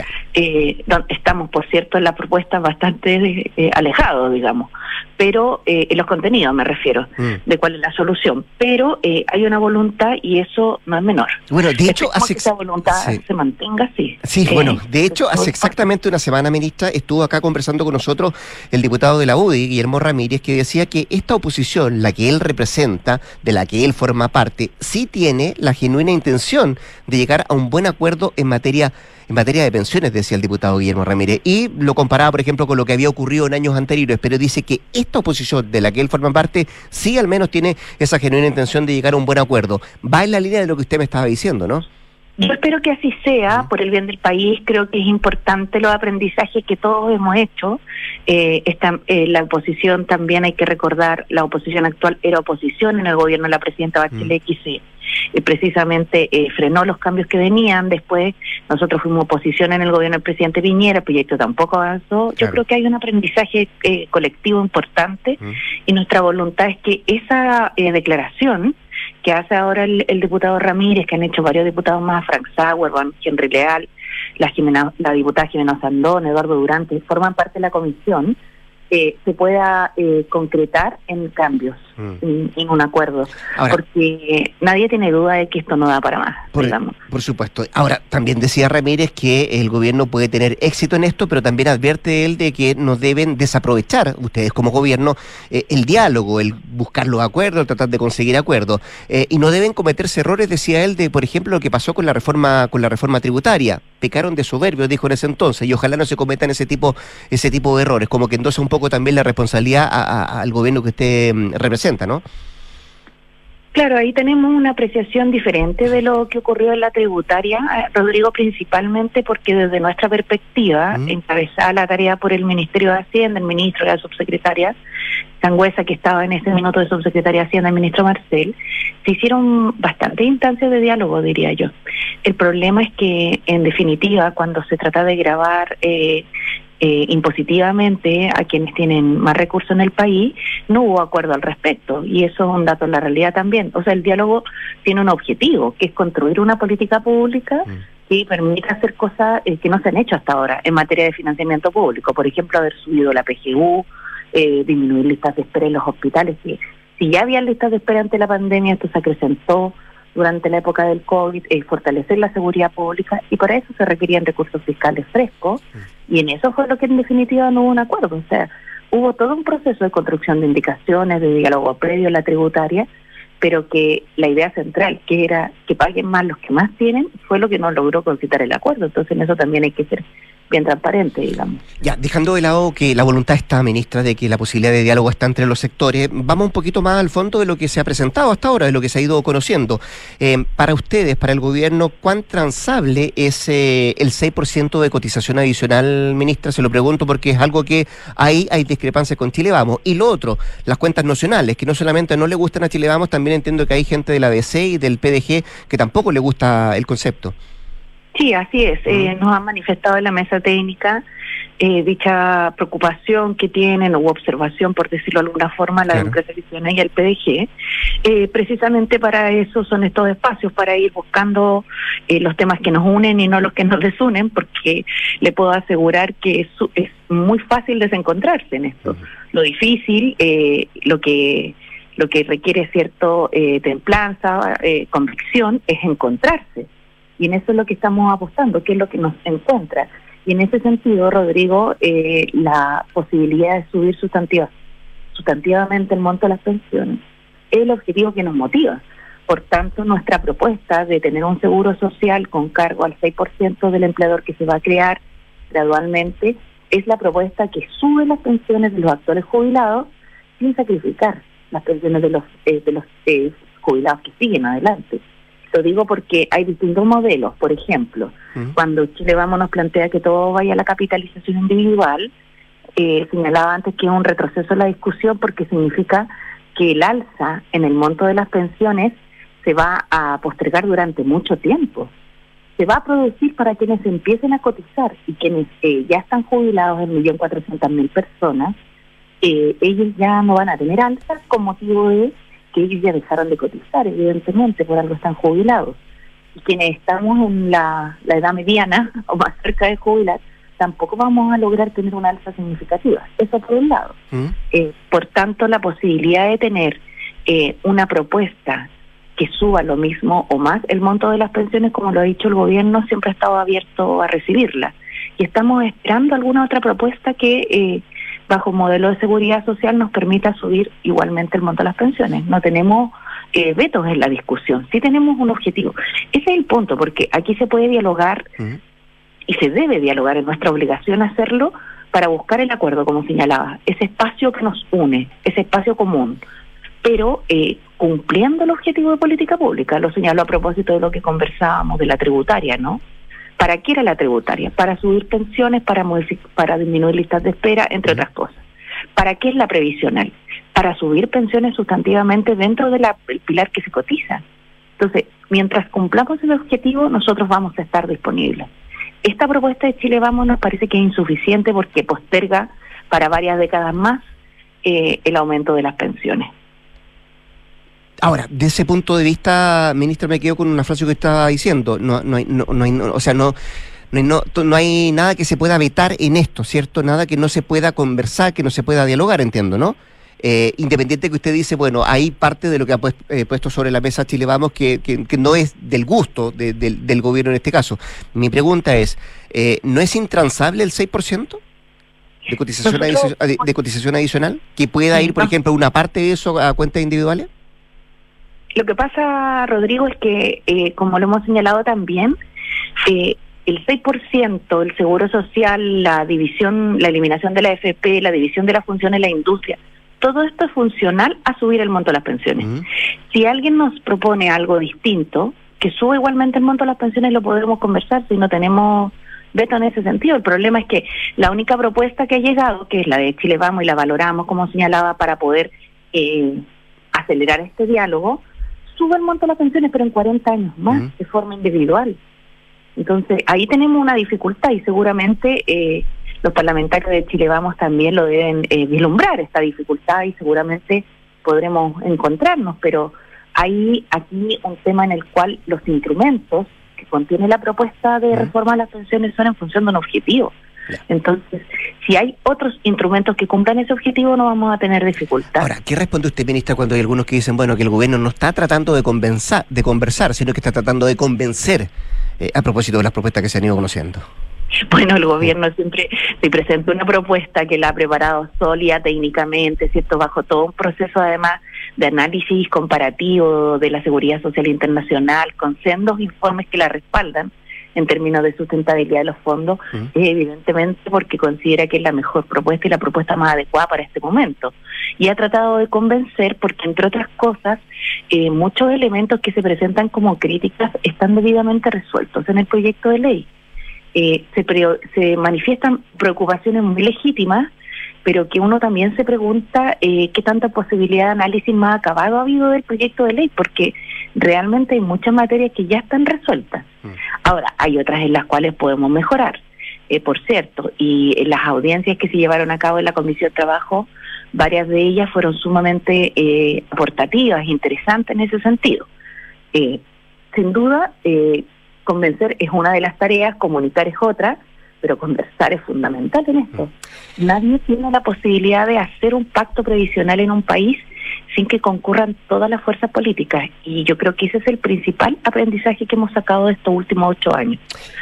Eh, estamos, por cierto, en la propuesta bastante eh, alejados, digamos, pero eh, en los contenidos me refiero, mm. de cuál es la solución, pero eh, hay una voluntad y eso no es menor. Bueno, de hecho, hace que esa voluntad sí. se mantenga así. Sí, eh, bueno, de hecho, hace exactamente una semana, ministra, estuvo acá conversando con nosotros el diputado de la U D I, Guillermo Ramírez, que decía que esta oposición, la que él representa, de la que él forma parte, sí tiene la genuina intención de llegar a un buen acuerdo en materia en materia de pensiones, decía el diputado Guillermo Ramírez, y lo comparaba, por ejemplo, con lo que había ocurrido en años anteriores, pero dice que esta oposición de la que él forma parte sí al menos tiene esa genuina intención de llegar a un buen acuerdo. Va en la línea de lo que usted me estaba diciendo, ¿no? Yo espero que así sea, por el bien del país. Creo que es importante los aprendizajes que todos hemos hecho. Eh, esta, eh, la oposición también hay que recordar, la oposición actual era oposición en el gobierno de la presidenta Bachelet, mm. que se eh, precisamente eh, frenó los cambios que venían. Después nosotros fuimos oposición en el gobierno del presidente Piñera, el proyecto tampoco avanzó. Yo claro. creo que hay un aprendizaje eh, colectivo importante mm. y nuestra voluntad es que esa eh, declaración que hace ahora el, el diputado Ramírez, que han hecho varios diputados más, Frank Sauerman, Henry Leal, la, Jimena, la diputada Jimena Sandón, Eduardo Durante, forman parte de la comisión, eh, se pueda eh, concretar en cambios, mm. en, en un acuerdo. Ahora, porque nadie tiene duda de que esto no da para más, por, digamos. Por supuesto. Ahora, también decía Ramírez que el gobierno puede tener éxito en esto, pero también advierte él de que no deben desaprovechar, ustedes como gobierno, eh, el diálogo, el buscar los acuerdos, el tratar de conseguir acuerdos, eh, y no deben cometerse errores, decía él, de, por ejemplo, lo que pasó con la reforma con la reforma tributaria. Pecaron de soberbios, dijo en ese entonces, y ojalá no se cometan ese tipo ese tipo de errores, como que endosa un poco también la responsabilidad a, a, al gobierno que usted um, representa, ¿no? Claro, ahí tenemos una apreciación diferente de lo que ocurrió en la tributaria, Rodrigo, principalmente porque desde nuestra perspectiva, mm. encabezada la tarea por el Ministerio de Hacienda, el ministro y la subsecretaria Sangüesa, que estaba en ese minuto de subsecretaria de Hacienda, el ministro Marcel, se hicieron bastantes instancias de diálogo, diría yo. El problema es que, en definitiva, cuando se trata de gravar eh, eh, impositivamente a quienes tienen más recursos en el país, no hubo acuerdo al respecto, y eso es un dato en la realidad también. O sea, el diálogo tiene un objetivo, que es construir una política pública mm. que permita hacer cosas eh, que no se han hecho hasta ahora en materia de financiamiento público. Por ejemplo, haber subido la P G U, eh, disminuir listas de espera en los hospitales. Que, si ya había listas de espera ante la pandemia, esto se acrecentó durante la época del COVID, eh, fortalecer la seguridad pública, y para eso se requerían recursos fiscales frescos, y en eso fue lo que en definitiva no hubo un acuerdo. O sea, hubo todo un proceso de construcción de indicaciones, de diálogo previo a la tributaria, pero que la idea central, que era que paguen más los que más tienen, fue lo que no logró concitar el acuerdo. Entonces en eso también hay que ser bien transparente, digamos. Ya, dejando de lado que la voluntad está, ministra, de que la posibilidad de diálogo está entre los sectores, vamos un poquito más al fondo de lo que se ha presentado hasta ahora, de lo que se ha ido conociendo. Eh, para ustedes, para el gobierno, ¿cuán transable es eh, el seis por ciento de cotización adicional, ministra? Se lo pregunto porque es algo que ahí hay discrepancias con Chile Vamos. Y lo otro, las cuentas nacionales, que no solamente no le gustan a Chile Vamos, también entiendo que hay gente de la D C y del P D G que tampoco le gusta el concepto. Sí, así es. Eh, nos han manifestado en la mesa técnica eh, dicha preocupación que tienen, o observación, por decirlo de alguna forma, la claro. democracia cristiana y el P D G. Eh, precisamente para eso son estos espacios, para ir buscando eh, los temas que nos unen y no los que nos desunen, porque le puedo asegurar que es, es muy fácil desencontrarse en esto. Uh-huh. Lo difícil, eh, lo que lo que requiere cierto eh, templanza, eh, convicción, es encontrarse. Y en eso es lo que estamos apostando, que es lo que nos encuentra. Y en ese sentido, Rodrigo, eh, la posibilidad de subir sustantiva, sustantivamente el monto de las pensiones es el objetivo que nos motiva. Por tanto, nuestra propuesta de tener un seguro social con cargo al seis por ciento del empleador que se va a crear gradualmente es la propuesta que sube las pensiones de los actuales jubilados sin sacrificar las pensiones de los, eh, de los eh, jubilados que siguen adelante. Lo digo porque hay distintos modelos. Por ejemplo, ¿Mm? cuando Chile Vamos nos plantea que todo vaya a la capitalización individual, eh, señalaba antes que es un retroceso en la discusión, porque significa que el alza en el monto de las pensiones se va a postergar durante mucho tiempo. Se va a producir para quienes empiecen a cotizar, y quienes eh, ya están jubilados, en un millón cuatrocientas mil personas, eh, ellos ya no van a tener alzas con motivo de que ellos ya dejaron de cotizar, evidentemente, por algo están jubilados. Y quienes estamos en la, la edad mediana, o más cerca de jubilar, tampoco vamos a lograr tener una alza significativa. Eso por un lado. ¿Mm? Eh, por tanto, la posibilidad de tener eh, una propuesta que suba lo mismo o más el monto de las pensiones, como lo ha dicho el gobierno, siempre ha estado abierto a recibirla. Y estamos esperando alguna otra propuesta que eh, bajo un modelo de seguridad social nos permita subir igualmente el monto de las pensiones. No tenemos eh, vetos en la discusión, sí tenemos un objetivo. Ese es el punto, porque aquí se puede dialogar uh-huh. y se debe dialogar, es nuestra obligación hacerlo para buscar el acuerdo, como señalaba, ese espacio que nos une, ese espacio común. pero eh, cumpliendo el objetivo de política pública. Lo señaló a propósito de lo que conversábamos de la tributaria, ¿no? ¿Para qué era la tributaria? Para subir pensiones, para modific- para disminuir listas de espera, entre otras cosas. ¿Para qué es la previsional? Para subir pensiones sustantivamente dentro del pilar que se cotiza. Entonces, mientras cumplamos el objetivo, nosotros vamos a estar disponibles. Esta propuesta de Chile Vamos nos parece que es insuficiente porque posterga para varias décadas más eh, el aumento de las pensiones. Ahora, de ese punto de vista, ministra, me quedo con una frase que estaba diciendo. No, no hay, no, no hay, no, o sea, no, no hay, no, no hay nada que se pueda vetar en esto, ¿cierto? Nada que no se pueda conversar, que no se pueda dialogar, entiendo, ¿no? Eh, independiente que usted dice, bueno, hay parte de lo que ha puesto, eh, puesto sobre la mesa Chile Vamos que, que, que no es del gusto de, de, del gobierno en este caso. Mi pregunta es, eh, ¿no es intransable el seis por ciento de cotización, adic- de, de cotización adicional? ¿Que pueda ir, por ejemplo, una parte de eso a cuentas individuales? Lo que pasa, Rodrigo, es que, eh, como lo hemos señalado también, eh, el seis por ciento del seguro social, la división, la eliminación de la A F P, la división de la función en la industria, todo esto es funcional a subir el monto de las pensiones. Uh-huh. Si alguien nos propone algo distinto, que suba igualmente el monto de las pensiones, lo podremos conversar si no tenemos veto en ese sentido. El problema es que la única propuesta que ha llegado, que es la de Chile Vamos y la valoramos, como señalaba, para poder eh, acelerar este diálogo, sube el monto de las pensiones, pero en cuarenta años más, uh-huh. de forma individual. Entonces, ahí tenemos una dificultad y seguramente eh, los parlamentarios de Chile Vamos también lo deben eh, vislumbrar, esta dificultad, y seguramente podremos encontrarnos, pero hay aquí un tema en el cual los instrumentos que contiene la propuesta de uh-huh. reforma de las pensiones son en función de un objetivo. Entonces, si hay otros instrumentos que cumplan ese objetivo, no vamos a tener dificultad. Ahora, ¿qué responde usted, ministra, cuando hay algunos que dicen, bueno, que el gobierno no está tratando de convencer, de conversar, sino que está tratando de convencer eh, a propósito de las propuestas que se han ido conociendo? Bueno, el gobierno siempre se presenta una propuesta que la ha preparado sólida técnicamente, ¿cierto? Bajo todo un proceso, además, de análisis comparativo de la seguridad social internacional, con sendos informes que la respaldan en términos de sustentabilidad de los fondos, uh-huh. es evidentemente porque considera que es la mejor propuesta y la propuesta más adecuada para este momento. Y ha tratado de convencer porque, entre otras cosas, eh, muchos elementos que se presentan como críticas están debidamente resueltos en el proyecto de ley. Eh, se, pre- se manifiestan preocupaciones muy legítimas, pero que uno también se pregunta eh, qué tanta posibilidad de análisis más acabado ha habido del proyecto de ley, porque realmente hay muchas materias que ya están resueltas. Mm. Ahora, hay otras en las cuales podemos mejorar, eh, por cierto, y en las audiencias que se llevaron a cabo en la Comisión de Trabajo, varias de ellas fueron sumamente eh, aportativas, interesantes en ese sentido. Eh, sin duda, eh, convencer es una de las tareas, comunicar es otra, pero conversar es fundamental en esto. Nadie tiene la posibilidad de hacer un pacto previsional en un país sin que concurran todas las fuerzas políticas, y yo creo que ese es el principal aprendizaje que hemos sacado de estos últimos ocho años.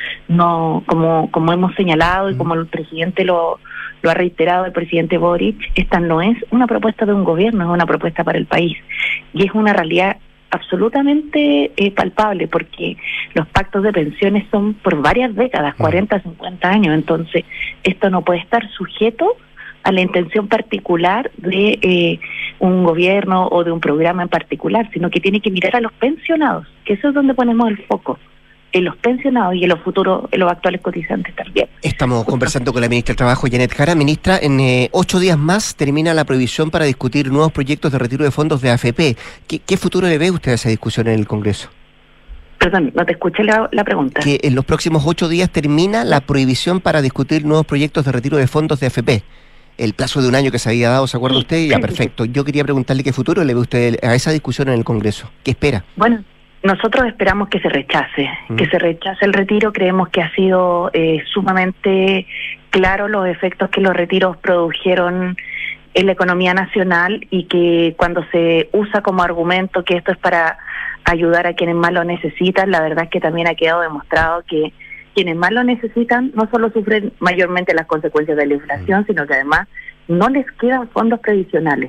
No, como como hemos señalado y como el presidente lo, lo ha reiterado, el presidente Boric, esta no es una propuesta de un gobierno, es una propuesta para el país, y es una realidad absolutamente eh, palpable, porque los pactos de pensiones son por varias décadas, cuarenta, cincuenta años, entonces esto no puede estar sujeto a la intención particular de eh, un gobierno o de un programa en particular, sino que tiene que mirar a los pensionados, que eso es donde ponemos el foco, en los pensionados y en los futuros, en los actuales cotizantes también. Estamos conversando con la ministra de Trabajo, Janet Jara. Ministra, en eh, ocho días más termina la prohibición para discutir nuevos proyectos de retiro de fondos de A F P. ¿Qué, qué futuro le ve usted a esa discusión en el Congreso? Perdón, no te escuché la, la pregunta. Que en los próximos ocho días termina la prohibición para discutir nuevos proyectos de retiro de fondos de A F P. El plazo de un año que se había dado, ¿se acuerda usted? Ya, perfecto. Yo quería preguntarle qué futuro le ve usted a esa discusión en el Congreso. ¿Qué espera? Bueno, nosotros esperamos que se rechace, mm. que se rechace el retiro. Creemos que ha sido eh, sumamente claro los efectos que los retiros produjeron en la economía nacional, y que cuando se usa como argumento que esto es para ayudar a quienes más lo necesitan, la verdad es que también ha quedado demostrado que quienes más lo necesitan no solo sufren mayormente las consecuencias de la inflación, mm. sino que además no les quedan fondos previsionales.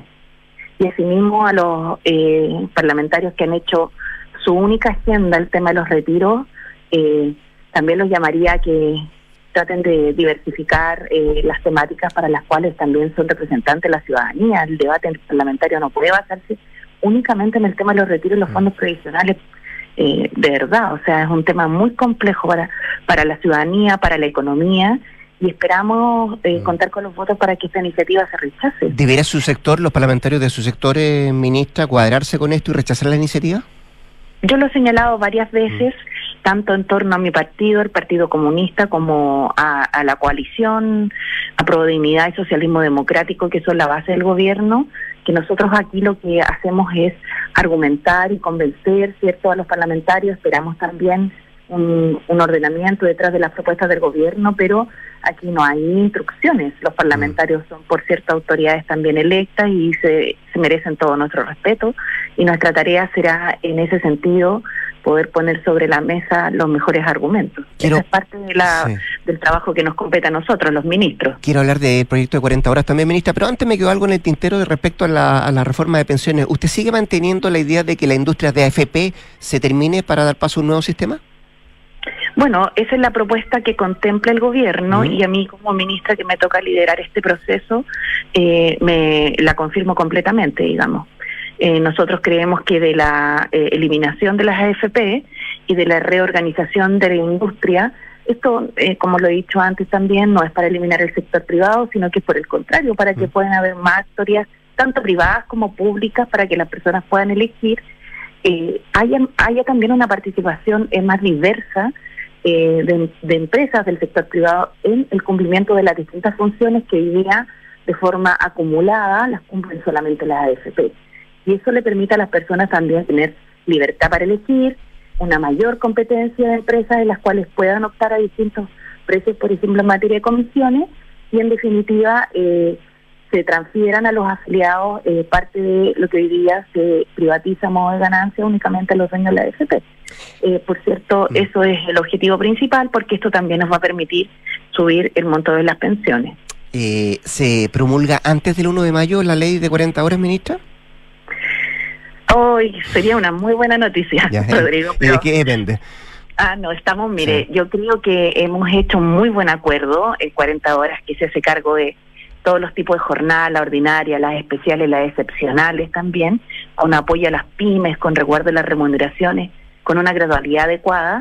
Y asimismo a los eh, parlamentarios que han hecho su única agenda el tema de los retiros, eh, también los llamaría a que traten de diversificar eh, las temáticas para las cuales también son representantes de la ciudadanía. El debate parlamentario no puede basarse únicamente en el tema de los retiros y los fondos previsionales, eh, de verdad, o sea, es un tema muy complejo para, para la ciudadanía, para la economía, y esperamos eh, contar con los votos para que esta iniciativa se rechace. ¿Deberá su sector, los parlamentarios de su sector, eh, ministra, cuadrarse con esto y rechazar la iniciativa? Yo lo he señalado varias veces, mm. tanto en torno a mi partido, el Partido Comunista, como a, a la coalición, a Prodignidad y Socialismo Democrático, que son la base del gobierno, que nosotros aquí lo que hacemos es argumentar y convencer, ¿cierto?, a los parlamentarios. Esperamos también un, un ordenamiento detrás de las propuestas del gobierno, pero aquí no hay instrucciones. Los parlamentarios son, por cierto, autoridades también electas y se, se merecen todo nuestro respeto, y nuestra tarea será, en ese sentido, poder poner sobre la mesa los mejores argumentos. Quiero, Esa es parte de la, sí. del trabajo que nos compete a nosotros, los ministros. Quiero hablar del proyecto de cuarenta horas también, ministra, pero antes me quedó algo en el tintero de respecto a la, a la reforma de pensiones. ¿Usted sigue manteniendo la idea de que la industria de A F P se termine para dar paso a un nuevo sistema? Bueno, esa es la propuesta que contempla el gobierno, uh-huh. y a mí como ministra que me toca liderar este proceso, eh, me la confirmo completamente, digamos. Eh, nosotros creemos que de la eh, eliminación de las A F P y de la reorganización de la industria, esto, eh, como lo he dicho antes también, no es para eliminar el sector privado, sino que es por el contrario, para que puedan haber más actorías, tanto privadas como públicas, para que las personas puedan elegir, eh, haya, haya también una participación eh, más diversa eh, de, de empresas del sector privado en el cumplimiento de las distintas funciones que hoy día, de forma acumulada, las cumplen solamente las A F P. Y eso le permite a las personas también tener libertad para elegir, una mayor competencia de empresas en las cuales puedan optar a distintos precios, por ejemplo, en materia de comisiones, y en definitiva eh, se transfieran a los afiliados eh, parte de lo que hoy día se privatiza a modo de ganancia únicamente a los dueños de la A F P. Eh, por cierto, mm. eso es el objetivo principal, porque esto también nos va a permitir subir el monto de las pensiones. Eh, ¿Se promulga antes del uno de mayo la ley de cuarenta horas, ministra? Hoy sería una muy buena noticia, ya, Rodrigo. Pero... ¿De qué depende? Ah, no, estamos, mire, sí. yo creo que hemos hecho un muy buen acuerdo en cuarenta horas, que se hace cargo de todos los tipos de jornada, la ordinaria, las especiales, las excepcionales también, con apoyo a las pymes, con resguardo de las remuneraciones, con una gradualidad adecuada,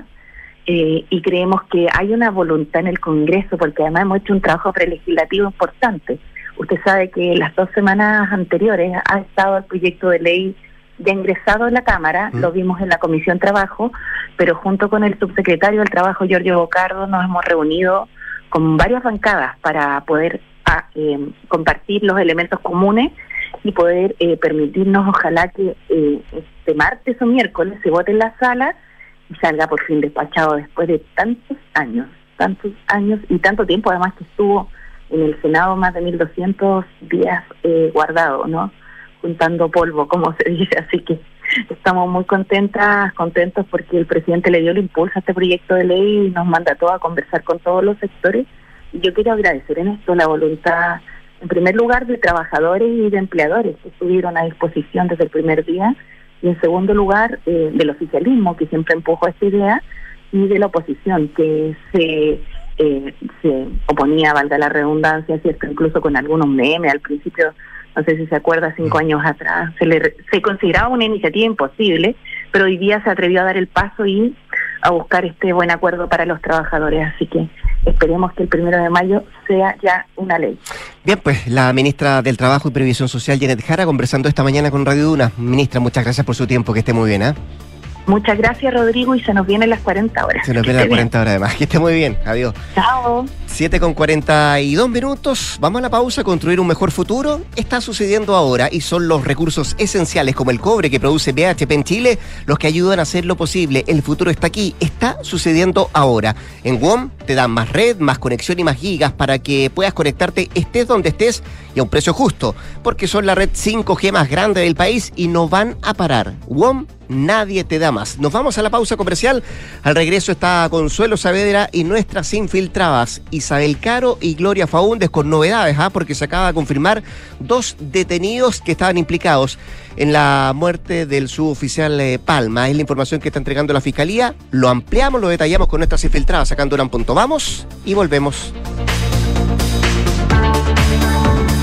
eh, y creemos que hay una voluntad en el Congreso, porque además hemos hecho un trabajo prelegislativo importante. Usted sabe que las dos semanas anteriores ha estado el proyecto de ley ya ingresado en la Cámara, mm. lo vimos en la Comisión Trabajo, pero junto con el subsecretario del Trabajo, Giorgio Bocardo, nos hemos reunido con varias bancadas para poder a, eh, compartir los elementos comunes y poder eh, permitirnos, ojalá que eh, este martes o miércoles se vote en la sala y salga por fin despachado después de tantos años, tantos años y tanto tiempo, además que estuvo en el Senado más de mil doscientos días eh, guardado, ¿no? Juntando polvo, como se dice, así que estamos muy contentas, contentos porque el presidente le dio el impulso a este proyecto de ley y nos mandató a conversar con todos los sectores, y yo quiero agradecer en esto la voluntad, en primer lugar, de trabajadores y de empleadores que estuvieron a disposición desde el primer día, y en segundo lugar, eh, del oficialismo, que siempre empujó esta idea, y de la oposición, que se, eh, se oponía, valga la redundancia, cierto, incluso con algunos memes al principio. No sé si se acuerda, cinco años atrás se le se consideraba una iniciativa imposible, pero hoy día se atrevió a dar el paso y a buscar este buen acuerdo para los trabajadores. Así que esperemos que el primero de mayo sea ya una ley. Bien, pues la ministra del Trabajo y Previsión Social, Janet Jara, conversando esta mañana con Radio Duna. Ministra, muchas gracias por su tiempo, que esté muy bien, ¿eh? Muchas gracias, Rodrigo, y se nos vienen las cuarenta horas. Se nos vienen las cuarenta horas además. Que esté muy bien. Adiós. Chao. siete con cuarenta y dos minutos. Vamos a la pausa. ¿Construir un mejor futuro? Está sucediendo ahora y son los recursos esenciales como el cobre que produce B H P en Chile los que ayudan a hacerlo posible. El futuro está aquí. Está sucediendo ahora. En W O M te dan más red, más conexión y más gigas para que puedas conectarte estés donde estés y a un precio justo. Porque son la red cinco G más grande del país y no van a parar. W O M, nadie te da más. Nos vamos a la pausa comercial. Al regreso está Consuelo Saavedra y nuestras infiltradas Isabel Caro y Gloria Faúndez con novedades, ¿ah? Porque se acaba de confirmar dos detenidos que estaban implicados en la muerte del suboficial eh, Palma. Es la información que está entregando la Fiscalía. Lo ampliamos, lo detallamos con nuestras infiltradas sacando un punto. Vamos y volvemos.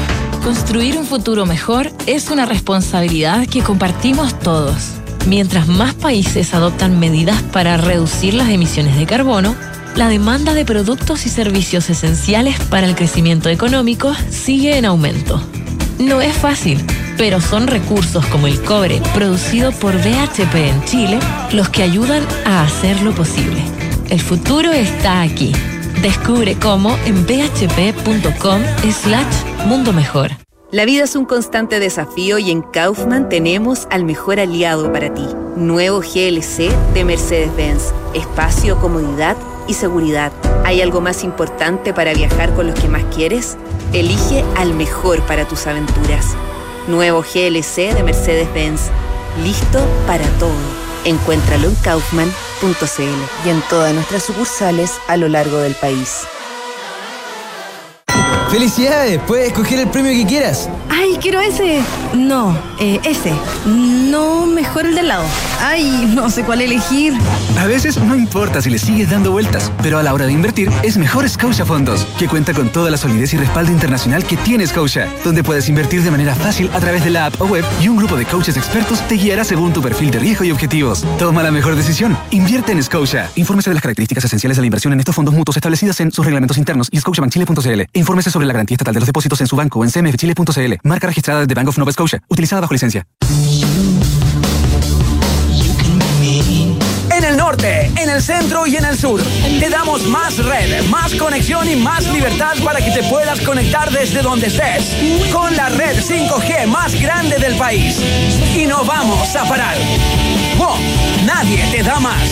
Construir un futuro mejor es una responsabilidad que compartimos todos. Mientras más países adoptan medidas para reducir las emisiones de carbono, la demanda de productos y servicios esenciales para el crecimiento económico sigue en aumento. No es fácil, pero son recursos como el cobre producido por B H P en Chile los que ayudan a hacerlo posible. El futuro está aquí. Descubre cómo en bhp.com slash mundo mejor. La vida es un constante desafío y en Kaufman tenemos al mejor aliado para ti. Nuevo G L C de Mercedes-Benz. Espacio, comodidad y seguridad. ¿Hay algo más importante para viajar con los que más quieres? Elige al mejor para tus aventuras. Nuevo G L C de Mercedes-Benz. Listo para todo. Encuéntralo en kaufman punto c l y en todas nuestras sucursales a lo largo del país. ¡Felicidades! Puedes escoger el premio que quieras. ¡Ay, quiero ese! No, eh, ese. No, mejor el de al lado. ¡Ay, no sé cuál elegir! A veces no importa si le sigues dando vueltas, pero a la hora de invertir es mejor Scotia Fondos, que cuenta con toda la solidez y respaldo internacional que tiene Scotia, donde puedes invertir de manera fácil a través de la app o web y un grupo de coaches expertos te guiará según tu perfil de riesgo y objetivos. Toma la mejor decisión. Invierte en Scotia. Infórmese de las características esenciales de la inversión en estos fondos mutuos establecidas en sus reglamentos internos y scotiabank chile punto c l. Infórmese sobre la garantía estatal de los depósitos en su banco o en c m f chile punto c l. Marca registrada de Bank of Nova Scotia. Utilizada bajo licencia. En el norte, en el centro y en el sur, te damos más red, más conexión y más libertad para que te puedas conectar desde donde estés. Con la red cinco G más grande del país. Y no vamos a parar. ¡Oh! Nadie te da más.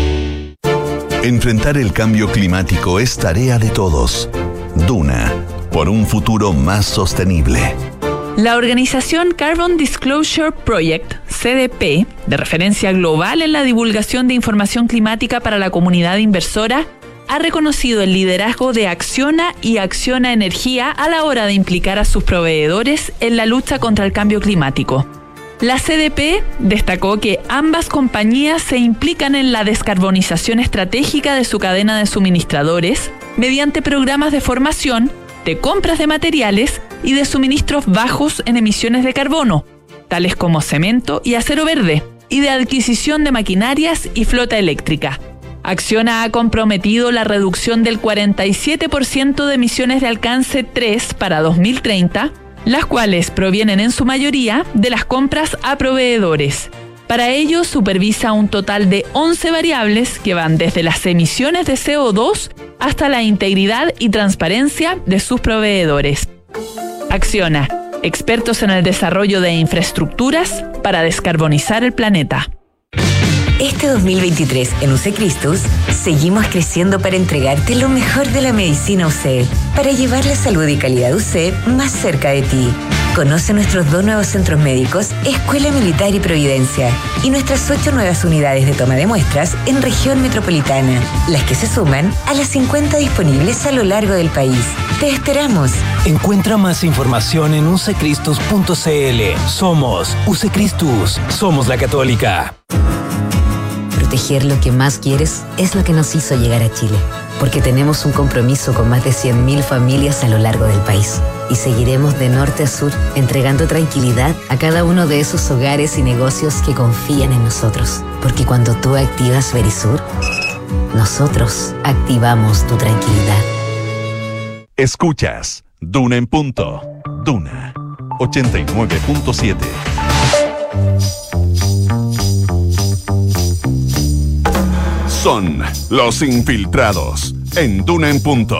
Enfrentar el cambio climático es tarea de todos. Duna, por un futuro más sostenible. La organización Carbon Disclosure Project, C D P, de referencia global en la divulgación de información climática para la comunidad inversora, ha reconocido el liderazgo de Acciona y Acciona Energía a la hora de implicar a sus proveedores en la lucha contra el cambio climático. La C D P destacó que ambas compañías se implican en la descarbonización estratégica de su cadena de suministradores mediante programas de formación, de compras de materiales y de suministros bajos en emisiones de carbono, tales como cemento y acero verde, y de adquisición de maquinarias y flota eléctrica. Acciona ha comprometido la reducción del cuarenta y siete por ciento de emisiones de alcance tres para dos mil treinta, las cuales provienen en su mayoría de las compras a proveedores. Para ello, supervisa un total de once variables que van desde las emisiones de C O dos hasta la integridad y transparencia de sus proveedores. Acciona, expertos en el desarrollo de infraestructuras para descarbonizar el planeta. Este dos mil veintitrés en U C Christus seguimos creciendo para entregarte lo mejor de la medicina U C, para llevar la salud y calidad U C más cerca de ti. Conoce nuestros dos nuevos centros médicos, Escuela Militar y Providencia, y nuestras ocho nuevas unidades de toma de muestras en región metropolitana, las que se suman a las cincuenta disponibles a lo largo del país. ¡Te esperamos! Encuentra más información en u c christus punto c l. Somos U C Christus, somos la Católica. Proteger lo que más quieres es lo que nos hizo llegar a Chile, porque tenemos un compromiso con más de cien mil familias a lo largo del país. Y seguiremos de norte a sur entregando tranquilidad a cada uno de esos hogares y negocios que confían en nosotros. Porque cuando tú activas Verisur, nosotros activamos tu tranquilidad. Escuchas Duna en punto. Duna ochenta y nueve punto siete. Son los infiltrados en Duna en punto.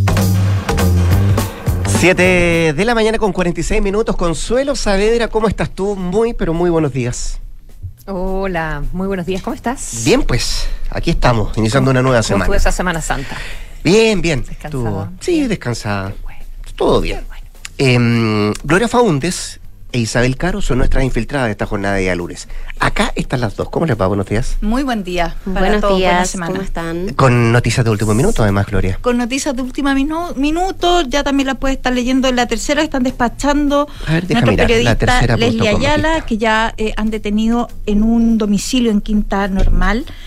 siete de la mañana con cuarenta y seis minutos. Consuelo Saavedra, ¿cómo estás tú? Muy, pero muy buenos días. Hola, muy buenos días, ¿cómo estás? Bien, pues, aquí estamos, iniciando una nueva ¿Cómo semana. ¿Cómo estuvo esa Semana Santa? Bien, bien. ¿Descansada? Sí, descansada. Bueno. Todo bien. Bueno. Eh, Gloria Faúndez e Isabel Caro son nuestras infiltradas de esta jornada de día lunes. Acá están las dos. ¿Cómo les va? Buenos días. Muy buen día. Para Buenos todos. días, Buena semana. ¿cómo están? Con noticias de último minuto, además, Gloria. Con noticias de último minu- minuto, ya también la puedes estar leyendo en La Tercera, están despachando A ver, deja nuestra mirar, periodista La Tercera punto com, Leslie Ayala, que ya eh, han detenido en un domicilio en Quinta Normal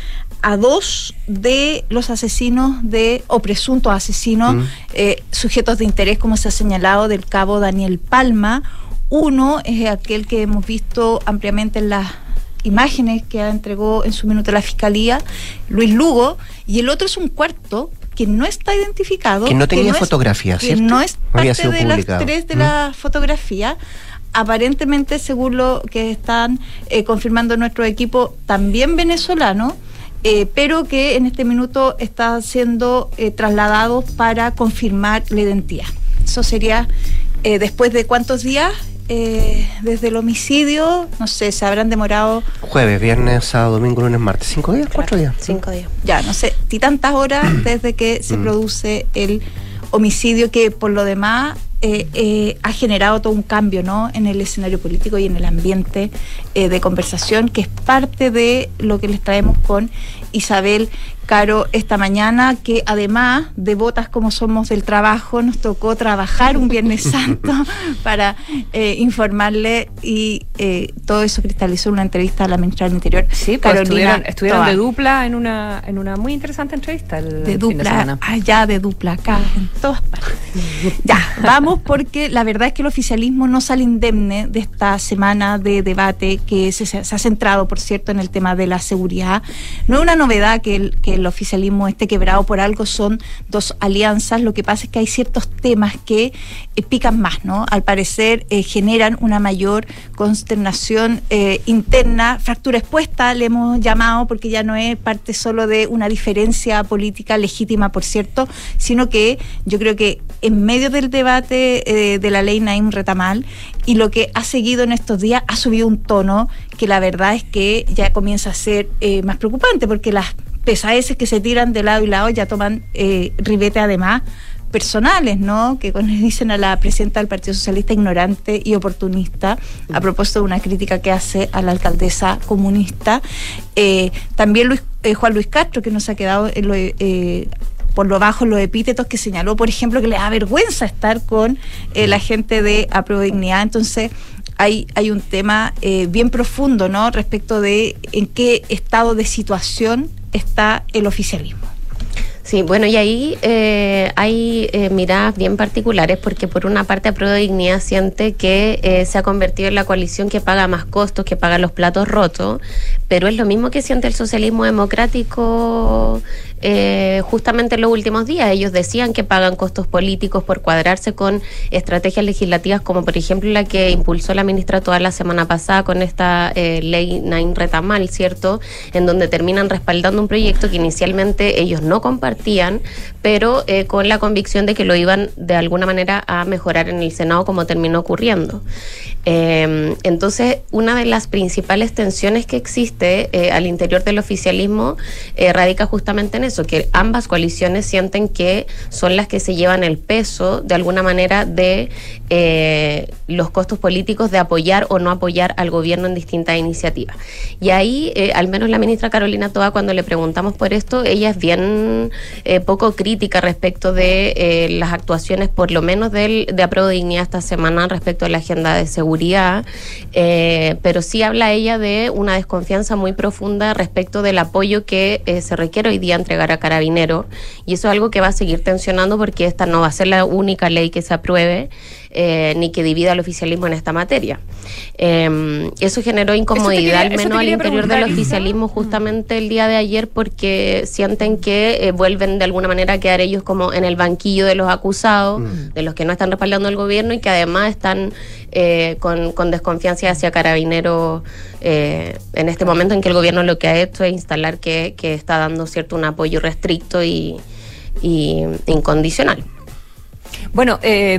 a dos de los asesinos de o presuntos asesinos mm. eh, sujetos de interés, como se ha señalado, del cabo Daniel Palma. Uno es aquel que hemos visto ampliamente en las imágenes que entregó en su minuto la Fiscalía, Luis Lugo, y el otro es un cuarto que no está identificado, que no tenía que no fotografía, es, ¿cierto? Que no es parte Había sido de publicado. las tres de mm. la fotografía. Aparentemente, según lo que están eh, confirmando nuestro equipo, también venezolano, eh, pero que en este minuto está siendo eh, trasladado para confirmar la identidad. Eso sería eh, después de cuántos días eh, desde el homicidio, no sé, se habrán demorado... Jueves, viernes, sábado, domingo, lunes, martes, ¿cinco días? ¿Cuatro días? Cinco días. Ya, no sé, y tantas horas desde que se produce el homicidio, que por lo demás... Eh, eh, ha generado todo un cambio, ¿no?, en el escenario político y en el ambiente eh, de conversación, que es parte de lo que les traemos con Isabel Caro esta mañana, que además, devotas como somos del trabajo, nos tocó trabajar un Viernes Santo para eh, informarle, y eh, todo eso cristalizó en una entrevista a la ministra del Interior, sí, pues Carolina estuvieron, estuvieron Toa. de dupla en una en una muy interesante entrevista el de fin dupla de semana. allá, de dupla acá, en todas partes. Ya, vamos, porque la verdad es que el oficialismo no sale indemne de esta semana de debate que se, se ha centrado, por cierto, en el tema de la seguridad. No es una novedad que el, que el oficialismo esté quebrado por algo, son dos alianzas. Lo que pasa es que hay ciertos temas que eh, pican más, ¿no? Al parecer eh, generan una mayor consternación eh, interna, fractura expuesta, le hemos llamado, porque ya no es parte solo de una diferencia política legítima, por cierto, sino que yo creo que en medio del debate eh, de la ley Naim Retamal, y lo que ha seguido en estos días, ha subido un tono que la verdad es que ya comienza a ser eh, más preocupante, porque las pesadeces que se tiran de lado y lado ya toman eh, ribete además personales, ¿no?, que cuando le dicen a la presidenta del Partido Socialista ignorante y oportunista, a propósito de una crítica que hace a la alcaldesa comunista. Eh, también Luis, eh, Juan Luis Castro, que nos ha quedado en lo, eh, por lo bajo los epítetos, que señaló, por ejemplo, que le da vergüenza estar con eh, la gente de Apruebo Dignidad. Entonces hay, hay un tema eh, bien profundo, ¿no?, respecto de en qué estado de situación está el oficialismo. Sí, bueno, y ahí eh, hay eh, miradas bien particulares, porque por una parte Apruebo Dignidad siente que eh, se ha convertido en la coalición que paga más costos, que paga los platos rotos, pero es lo mismo que siente el socialismo democrático eh, justamente en los últimos días. Ellos decían que pagan costos políticos por cuadrarse con estrategias legislativas, como por ejemplo la que impulsó la ministra toda la semana pasada con esta eh, ley Naim Retamal, ¿cierto?, en donde terminan respaldando un proyecto que inicialmente ellos no compartían, pero eh, con la convicción de que lo iban de alguna manera a mejorar en el Senado, como terminó ocurriendo. Eh, entonces, una de las principales tensiones que existe eh, al interior del oficialismo eh, radica justamente en eso, que ambas coaliciones sienten que son las que se llevan el peso, de alguna manera, de eh, los costos políticos de apoyar o no apoyar al gobierno en distintas iniciativas. Y ahí, eh, al menos la ministra Carolina Toa, cuando le preguntamos por esto, ella es bien eh, poco crítica respecto de eh, las actuaciones, por lo menos del, de Apruebo Dignidad esta semana, respecto a la agenda de seguridad, eh, pero sí habla ella de una desconfianza muy profunda respecto del apoyo que eh, se requiere hoy día entregar a Carabineros, y eso es algo que va a seguir tensionando, porque esta no va a ser la única ley que se apruebe, eh, ni que divida al oficialismo en esta materia. Eh, eso generó incomodidad, quería, al menos al interior del oficialismo, justamente el día de ayer, porque sienten que eh, vuelven de alguna manera a quedar ellos como en el banquillo de los acusados, mm. de los que no están respaldando al gobierno, y que además están eh, con, con desconfianza hacia Carabineros eh, en este momento en que el gobierno lo que ha hecho es instalar que, que está dando cierto un apoyo restricto y, y incondicional. Bueno, eh,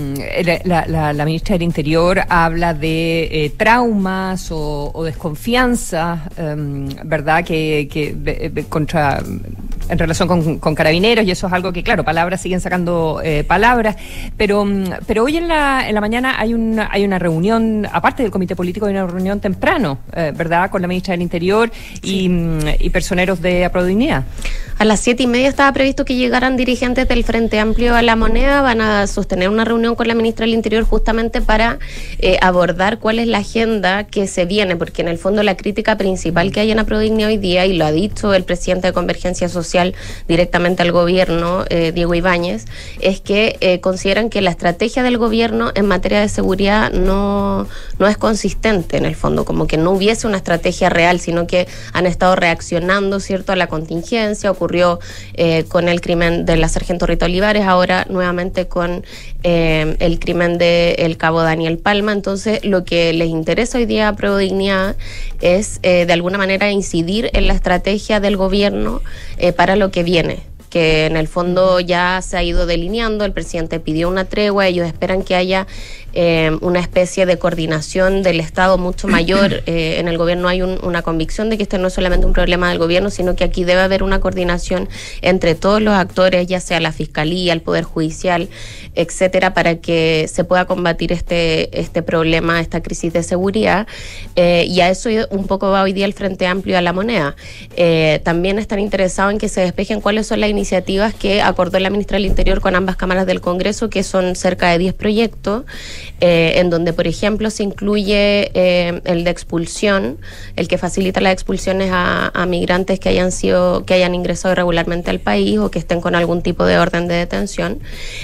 la, la, la ministra del Interior habla de eh, traumas o, o desconfianza, eh, ¿verdad?, que, que de, de, contra en relación con, con Carabineros, y eso es algo que, claro, palabras siguen sacando eh, palabras, pero, pero hoy en la, en la mañana hay una, hay una reunión, aparte del comité político, hay una reunión temprano, eh, ¿verdad?, con la ministra del Interior y, sí. y personeros de Aprodignidad. A las siete y media estaba previsto que llegaran dirigentes del Frente Amplio a La Moneda. Van a sostener una reunión con la ministra del Interior justamente para eh, abordar cuál es la agenda que se viene, porque en el fondo la crítica principal que hay en Aprodignidad hoy día, y lo ha dicho el presidente de Convergencia Social directamente al gobierno, eh, Diego Ibáñez, es que eh, consideran que la estrategia del gobierno en materia de seguridad no, no es consistente, en el fondo, como que no hubiese una estrategia real, sino que han estado reaccionando, ¿cierto?, a la contingencia. Ocurrió eh, con el crimen de la sargento Rita Olivares, ahora nuevamente con eh, el crimen del cabo Daniel Palma. Entonces, lo que les interesa hoy día a Prodignidad es eh, de alguna manera incidir en la estrategia del gobierno eh, para lo que viene, que en el fondo ya se ha ido delineando. El presidente pidió una tregua, ellos esperan que haya eh, una especie de coordinación del Estado mucho mayor. Eh, en el gobierno hay un, una convicción de que este no es solamente un problema del gobierno, sino que aquí debe haber una coordinación entre todos los actores, ya sea la Fiscalía, el Poder Judicial, etcétera, para que se pueda combatir este, este problema, esta crisis de seguridad. Eh, y a eso un poco va hoy día el Frente Amplio a La Moneda. Eh, también están interesados en que se despejen cuáles son las iniciativas que acordó la ministra del Interior con ambas cámaras del Congreso, que son cerca de diez proyectos, eh, en donde, por ejemplo, se incluye eh, el de expulsión, el que facilita las expulsiones a, a migrantes que hayan sido, que hayan ingresado irregularmente al país o que estén con algún tipo de orden de detención.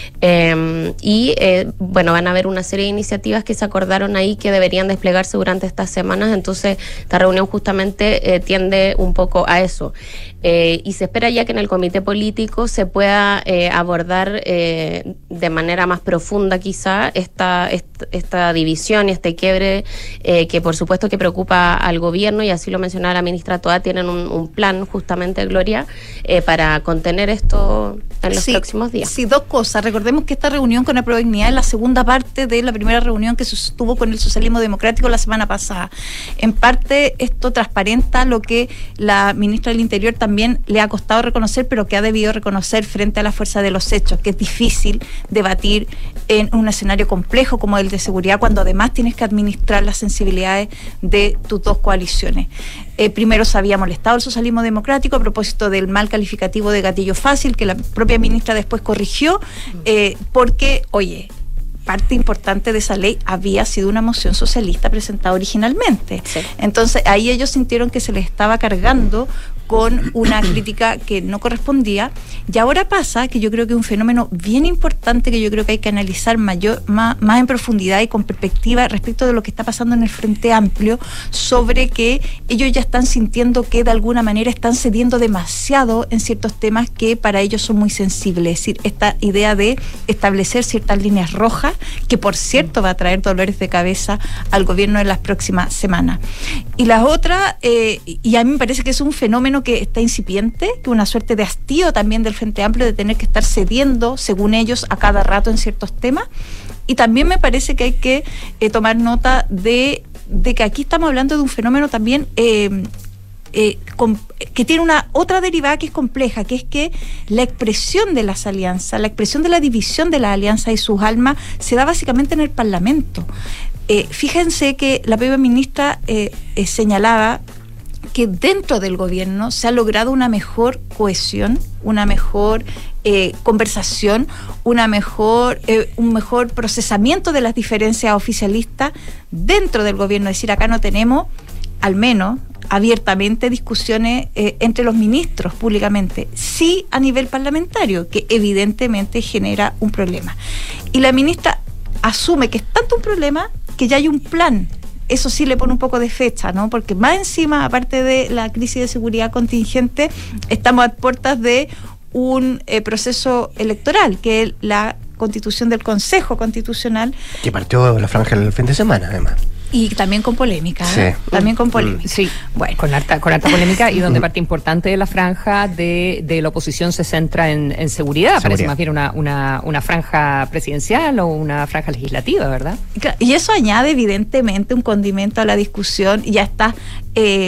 Eh, y, eh, bueno, van a haber una serie de iniciativas que se acordaron ahí que deberían desplegarse durante estas semanas. Entonces, esta reunión justamente eh, tiende un poco a eso. Eh, y se espera ya que en el comité político se pueda eh, abordar eh, de manera más profunda quizá esta, esta, esta división y este quiebre eh, que por supuesto que preocupa al gobierno, y así lo mencionaba la ministra Toá. Tienen un, un plan justamente, Gloria, eh, para contener esto en los sí, próximos días. Sí, dos cosas. Recordemos que esta reunión con Aprodignidad es la segunda parte de la primera reunión que se sostuvo con el socialismo democrático la semana pasada. En parte esto transparenta lo que la ministra del Interior también también le ha costado reconocer, pero que ha debido reconocer frente a la fuerza de los hechos, que es difícil debatir en un escenario complejo como el de seguridad, cuando además tienes que administrar las sensibilidades de tus dos coaliciones. Eh, primero se había molestado el socialismo democrático a propósito del mal calificativo de gatillo fácil, que la propia ministra después corrigió, eh, porque, oye, parte importante de esa ley había sido una moción socialista presentada originalmente. Sí. Entonces ahí ellos sintieron que se les estaba cargando con una crítica que no correspondía, y ahora pasa que yo creo que es un fenómeno bien importante que yo creo que hay que analizar mayor, más, más en profundidad y con perspectiva respecto de lo que está pasando en el Frente Amplio, sobre que ellos ya están sintiendo que de alguna manera están cediendo demasiado en ciertos temas que para ellos son muy sensibles. Es decir, esta idea de establecer ciertas líneas rojas, que por cierto va a traer dolores de cabeza al gobierno en las próximas semanas. Y la otra, eh, y a mí me parece que es un fenómeno que está incipiente, que una suerte de hastío también del Frente Amplio de tener que estar cediendo, según ellos, a cada rato en ciertos temas. Y también me parece que hay que eh, tomar nota de, de que aquí estamos hablando de un fenómeno también eh, eh, con, que tiene una otra derivada que es compleja, que es que la expresión de las alianzas, la expresión de la división de las alianzas y sus almas se da básicamente en el Parlamento. Eh, fíjense que la propia ministra eh, eh, señalaba que dentro del gobierno se ha logrado una mejor cohesión, una mejor eh, conversación, una mejor, eh, un mejor procesamiento de las diferencias oficialistas dentro del gobierno. Es decir, acá no tenemos, al menos abiertamente, discusiones eh, entre los ministros públicamente, sí a nivel parlamentario, que evidentemente genera un problema. Y la ministra asume que es tanto un problema que ya hay un plan. Eso sí le pone un poco de fecha, ¿no? Porque más encima, aparte de la crisis de seguridad contingente, estamos a puertas de un eh, proceso electoral, que es la constitución del Consejo Constitucional. Que partió la franja el fin de semana, además. Y también con polémica, sí. ¿eh? También con polémica. Sí, bueno, con harta, con harta polémica, y donde parte importante de la franja de, de la oposición se centra en, en seguridad. seguridad. Parece más bien una, una, una franja presidencial o una franja legislativa, ¿verdad? Y eso añade evidentemente un condimento a la discusión, y ya está eh,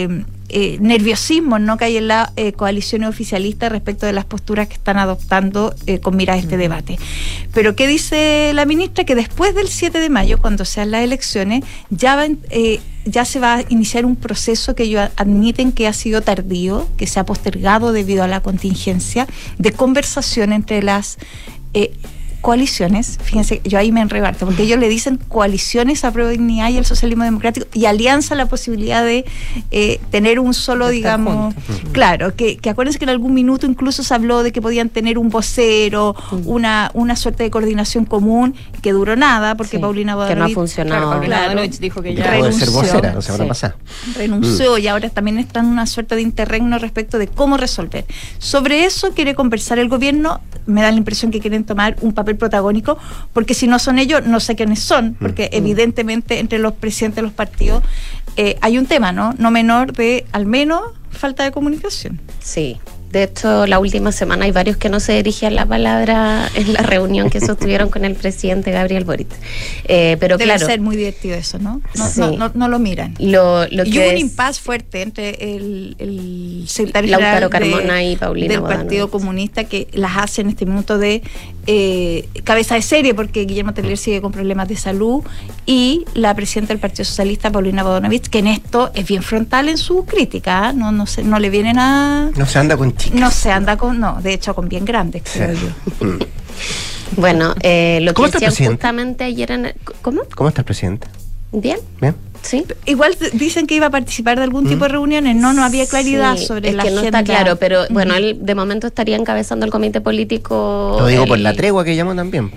eh, nerviosismo, ¿no?, que hay en la eh, coalición oficialista respecto de las posturas que están adoptando eh, con mira a este debate. Pero ¿qué dice la ministra? Que después del siete de mayo, cuando sean las elecciones, ya va, eh, ya se va a iniciar un proceso que ellos admiten que ha sido tardío, que se ha postergado debido a la contingencia, de conversación entre las eh, coaliciones. Fíjense, yo ahí me enrebarto, porque ellos le dicen coaliciones a Prueba de Dignidad y el Socialismo Democrático, y alianza la posibilidad de eh, tener un solo, digamos, juntos. Claro, que, que acuérdense que en algún minuto incluso se habló de que podían tener un vocero, uh-huh. una, una suerte de coordinación común, que duró nada, porque sí, Paulina Bodanovich, que no ha funcionado. Claro, Paulina claro, Bodanovich dijo que ya renunció, ser vocera la semana sí, pasada. Renunció mm. y ahora también está en una suerte de interregno respecto de cómo resolver. Sobre eso quiere conversar el gobierno. Me da la impresión que quieren tomar un papel protagónico, porque si no son ellos, no sé quiénes son, porque mm. evidentemente entre los presidentes de los partidos eh, hay un tema, ¿no? No menor de, al menos, falta de comunicación. Sí. De hecho, la última semana hay varios que no se dirigían la palabra en la reunión que sostuvieron con el presidente Gabriel Boric. Eh, pero Debe claro, ser muy divertido eso, ¿no? No, sí. no, no, no lo miran. Lo, lo y que hubo un es... impasse fuerte entre el, el secretario Lautaro general Carmona de, y Paulina del Bodanovich. Partido Comunista, que las hace en este minuto de eh, cabeza de serie, porque Guillermo Teller sigue con problemas de salud, y la presidenta del Partido Socialista, Paulina Bodanovich, que en esto es bien frontal en su crítica, ¿eh? no, no, se, no le vienen a... No se anda con chicas. No se anda con... No, de hecho con bien grandes, creo sí. yo. Bueno, eh, lo ¿Cómo que está decían el justamente ayer en... ¿Cómo? ¿Cómo está el presidente? Bien. Bien. Sí. Igual dicen que iba a participar de algún tipo de reuniones, no, no había claridad sí, sobre es la que no agenda. está claro, pero Uh-huh. bueno, él de momento estaría encabezando el comité político. Lo digo el... por la tregua que llamó también.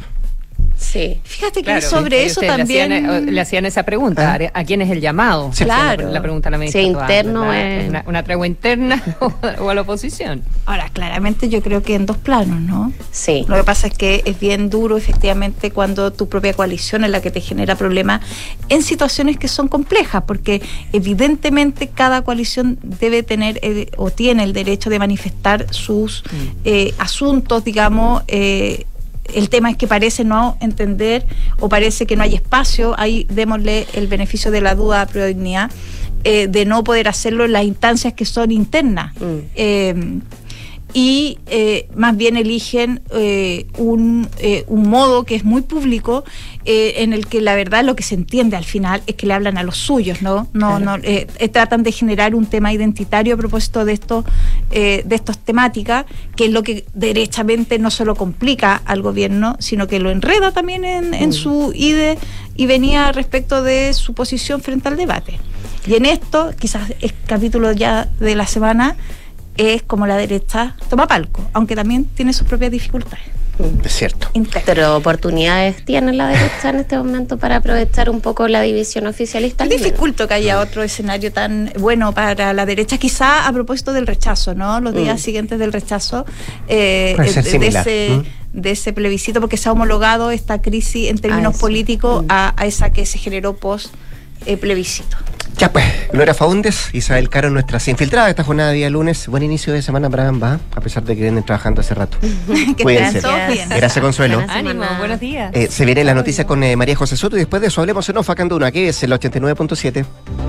Sí. Fíjate que claro, sobre eso también... Le hacían, le hacían esa pregunta, ¿a, ¿a quién es el llamado? Sí. Claro. La, la pregunta a la ministra. Sí, interno es... Una, una tregua interna o, o a la oposición. Ahora, claramente yo creo que en dos planos, ¿no? Sí. Lo que pasa es que es bien duro, efectivamente, cuando tu propia coalición es la que te genera problemas en situaciones que son complejas, porque evidentemente cada coalición debe tener eh, o tiene el derecho de manifestar sus mm. eh, asuntos, digamos, eh, el tema es que parece no entender o parece que no hay espacio, ahí démosle el beneficio de la duda a Prueba de Dignidad, eh, de no poder hacerlo en las instancias que son internas. Mm. Eh, y eh, más bien eligen eh, un, eh, un modo que es muy público, eh, en el que la verdad lo que se entiende al final es que le hablan a los suyos, ¿no? no, claro. no eh, eh, tratan de generar un tema identitario a propósito de estos eh, de estas temáticas, que es lo que derechamente no solo complica al gobierno, sino que lo enreda también en, en mm. su ide y venía respecto de su posición frente al debate. Y en esto, quizás es capítulo ya de la semana, es como la derecha toma palco, aunque también tiene sus propias dificultades. Es cierto. Interno. Pero oportunidades tiene la derecha en este momento para aprovechar un poco la división oficialista. Es dificulto que haya otro escenario tan bueno para la derecha, quizá a propósito del rechazo, ¿no? Los días mm. siguientes del rechazo eh, de, de, ese, mm. de ese plebiscito, porque se ha homologado esta crisis en términos a políticos mm. a, a esa que se generó post eh, plebiscito. Ya pues, Gloria Faúndez, Isabel Caro, nuestras infiltradas esta jornada de día lunes. Buen inicio de semana para ambas, a pesar de que vienen trabajando hace rato. Cuídense. Bien. Gracias, Consuelo. Ánimo, buenos días. Eh, se viene la noticia con eh, María José Soto y después de eso hablemos en Ofa Canduna, que es el ochenta y nueve punto siete.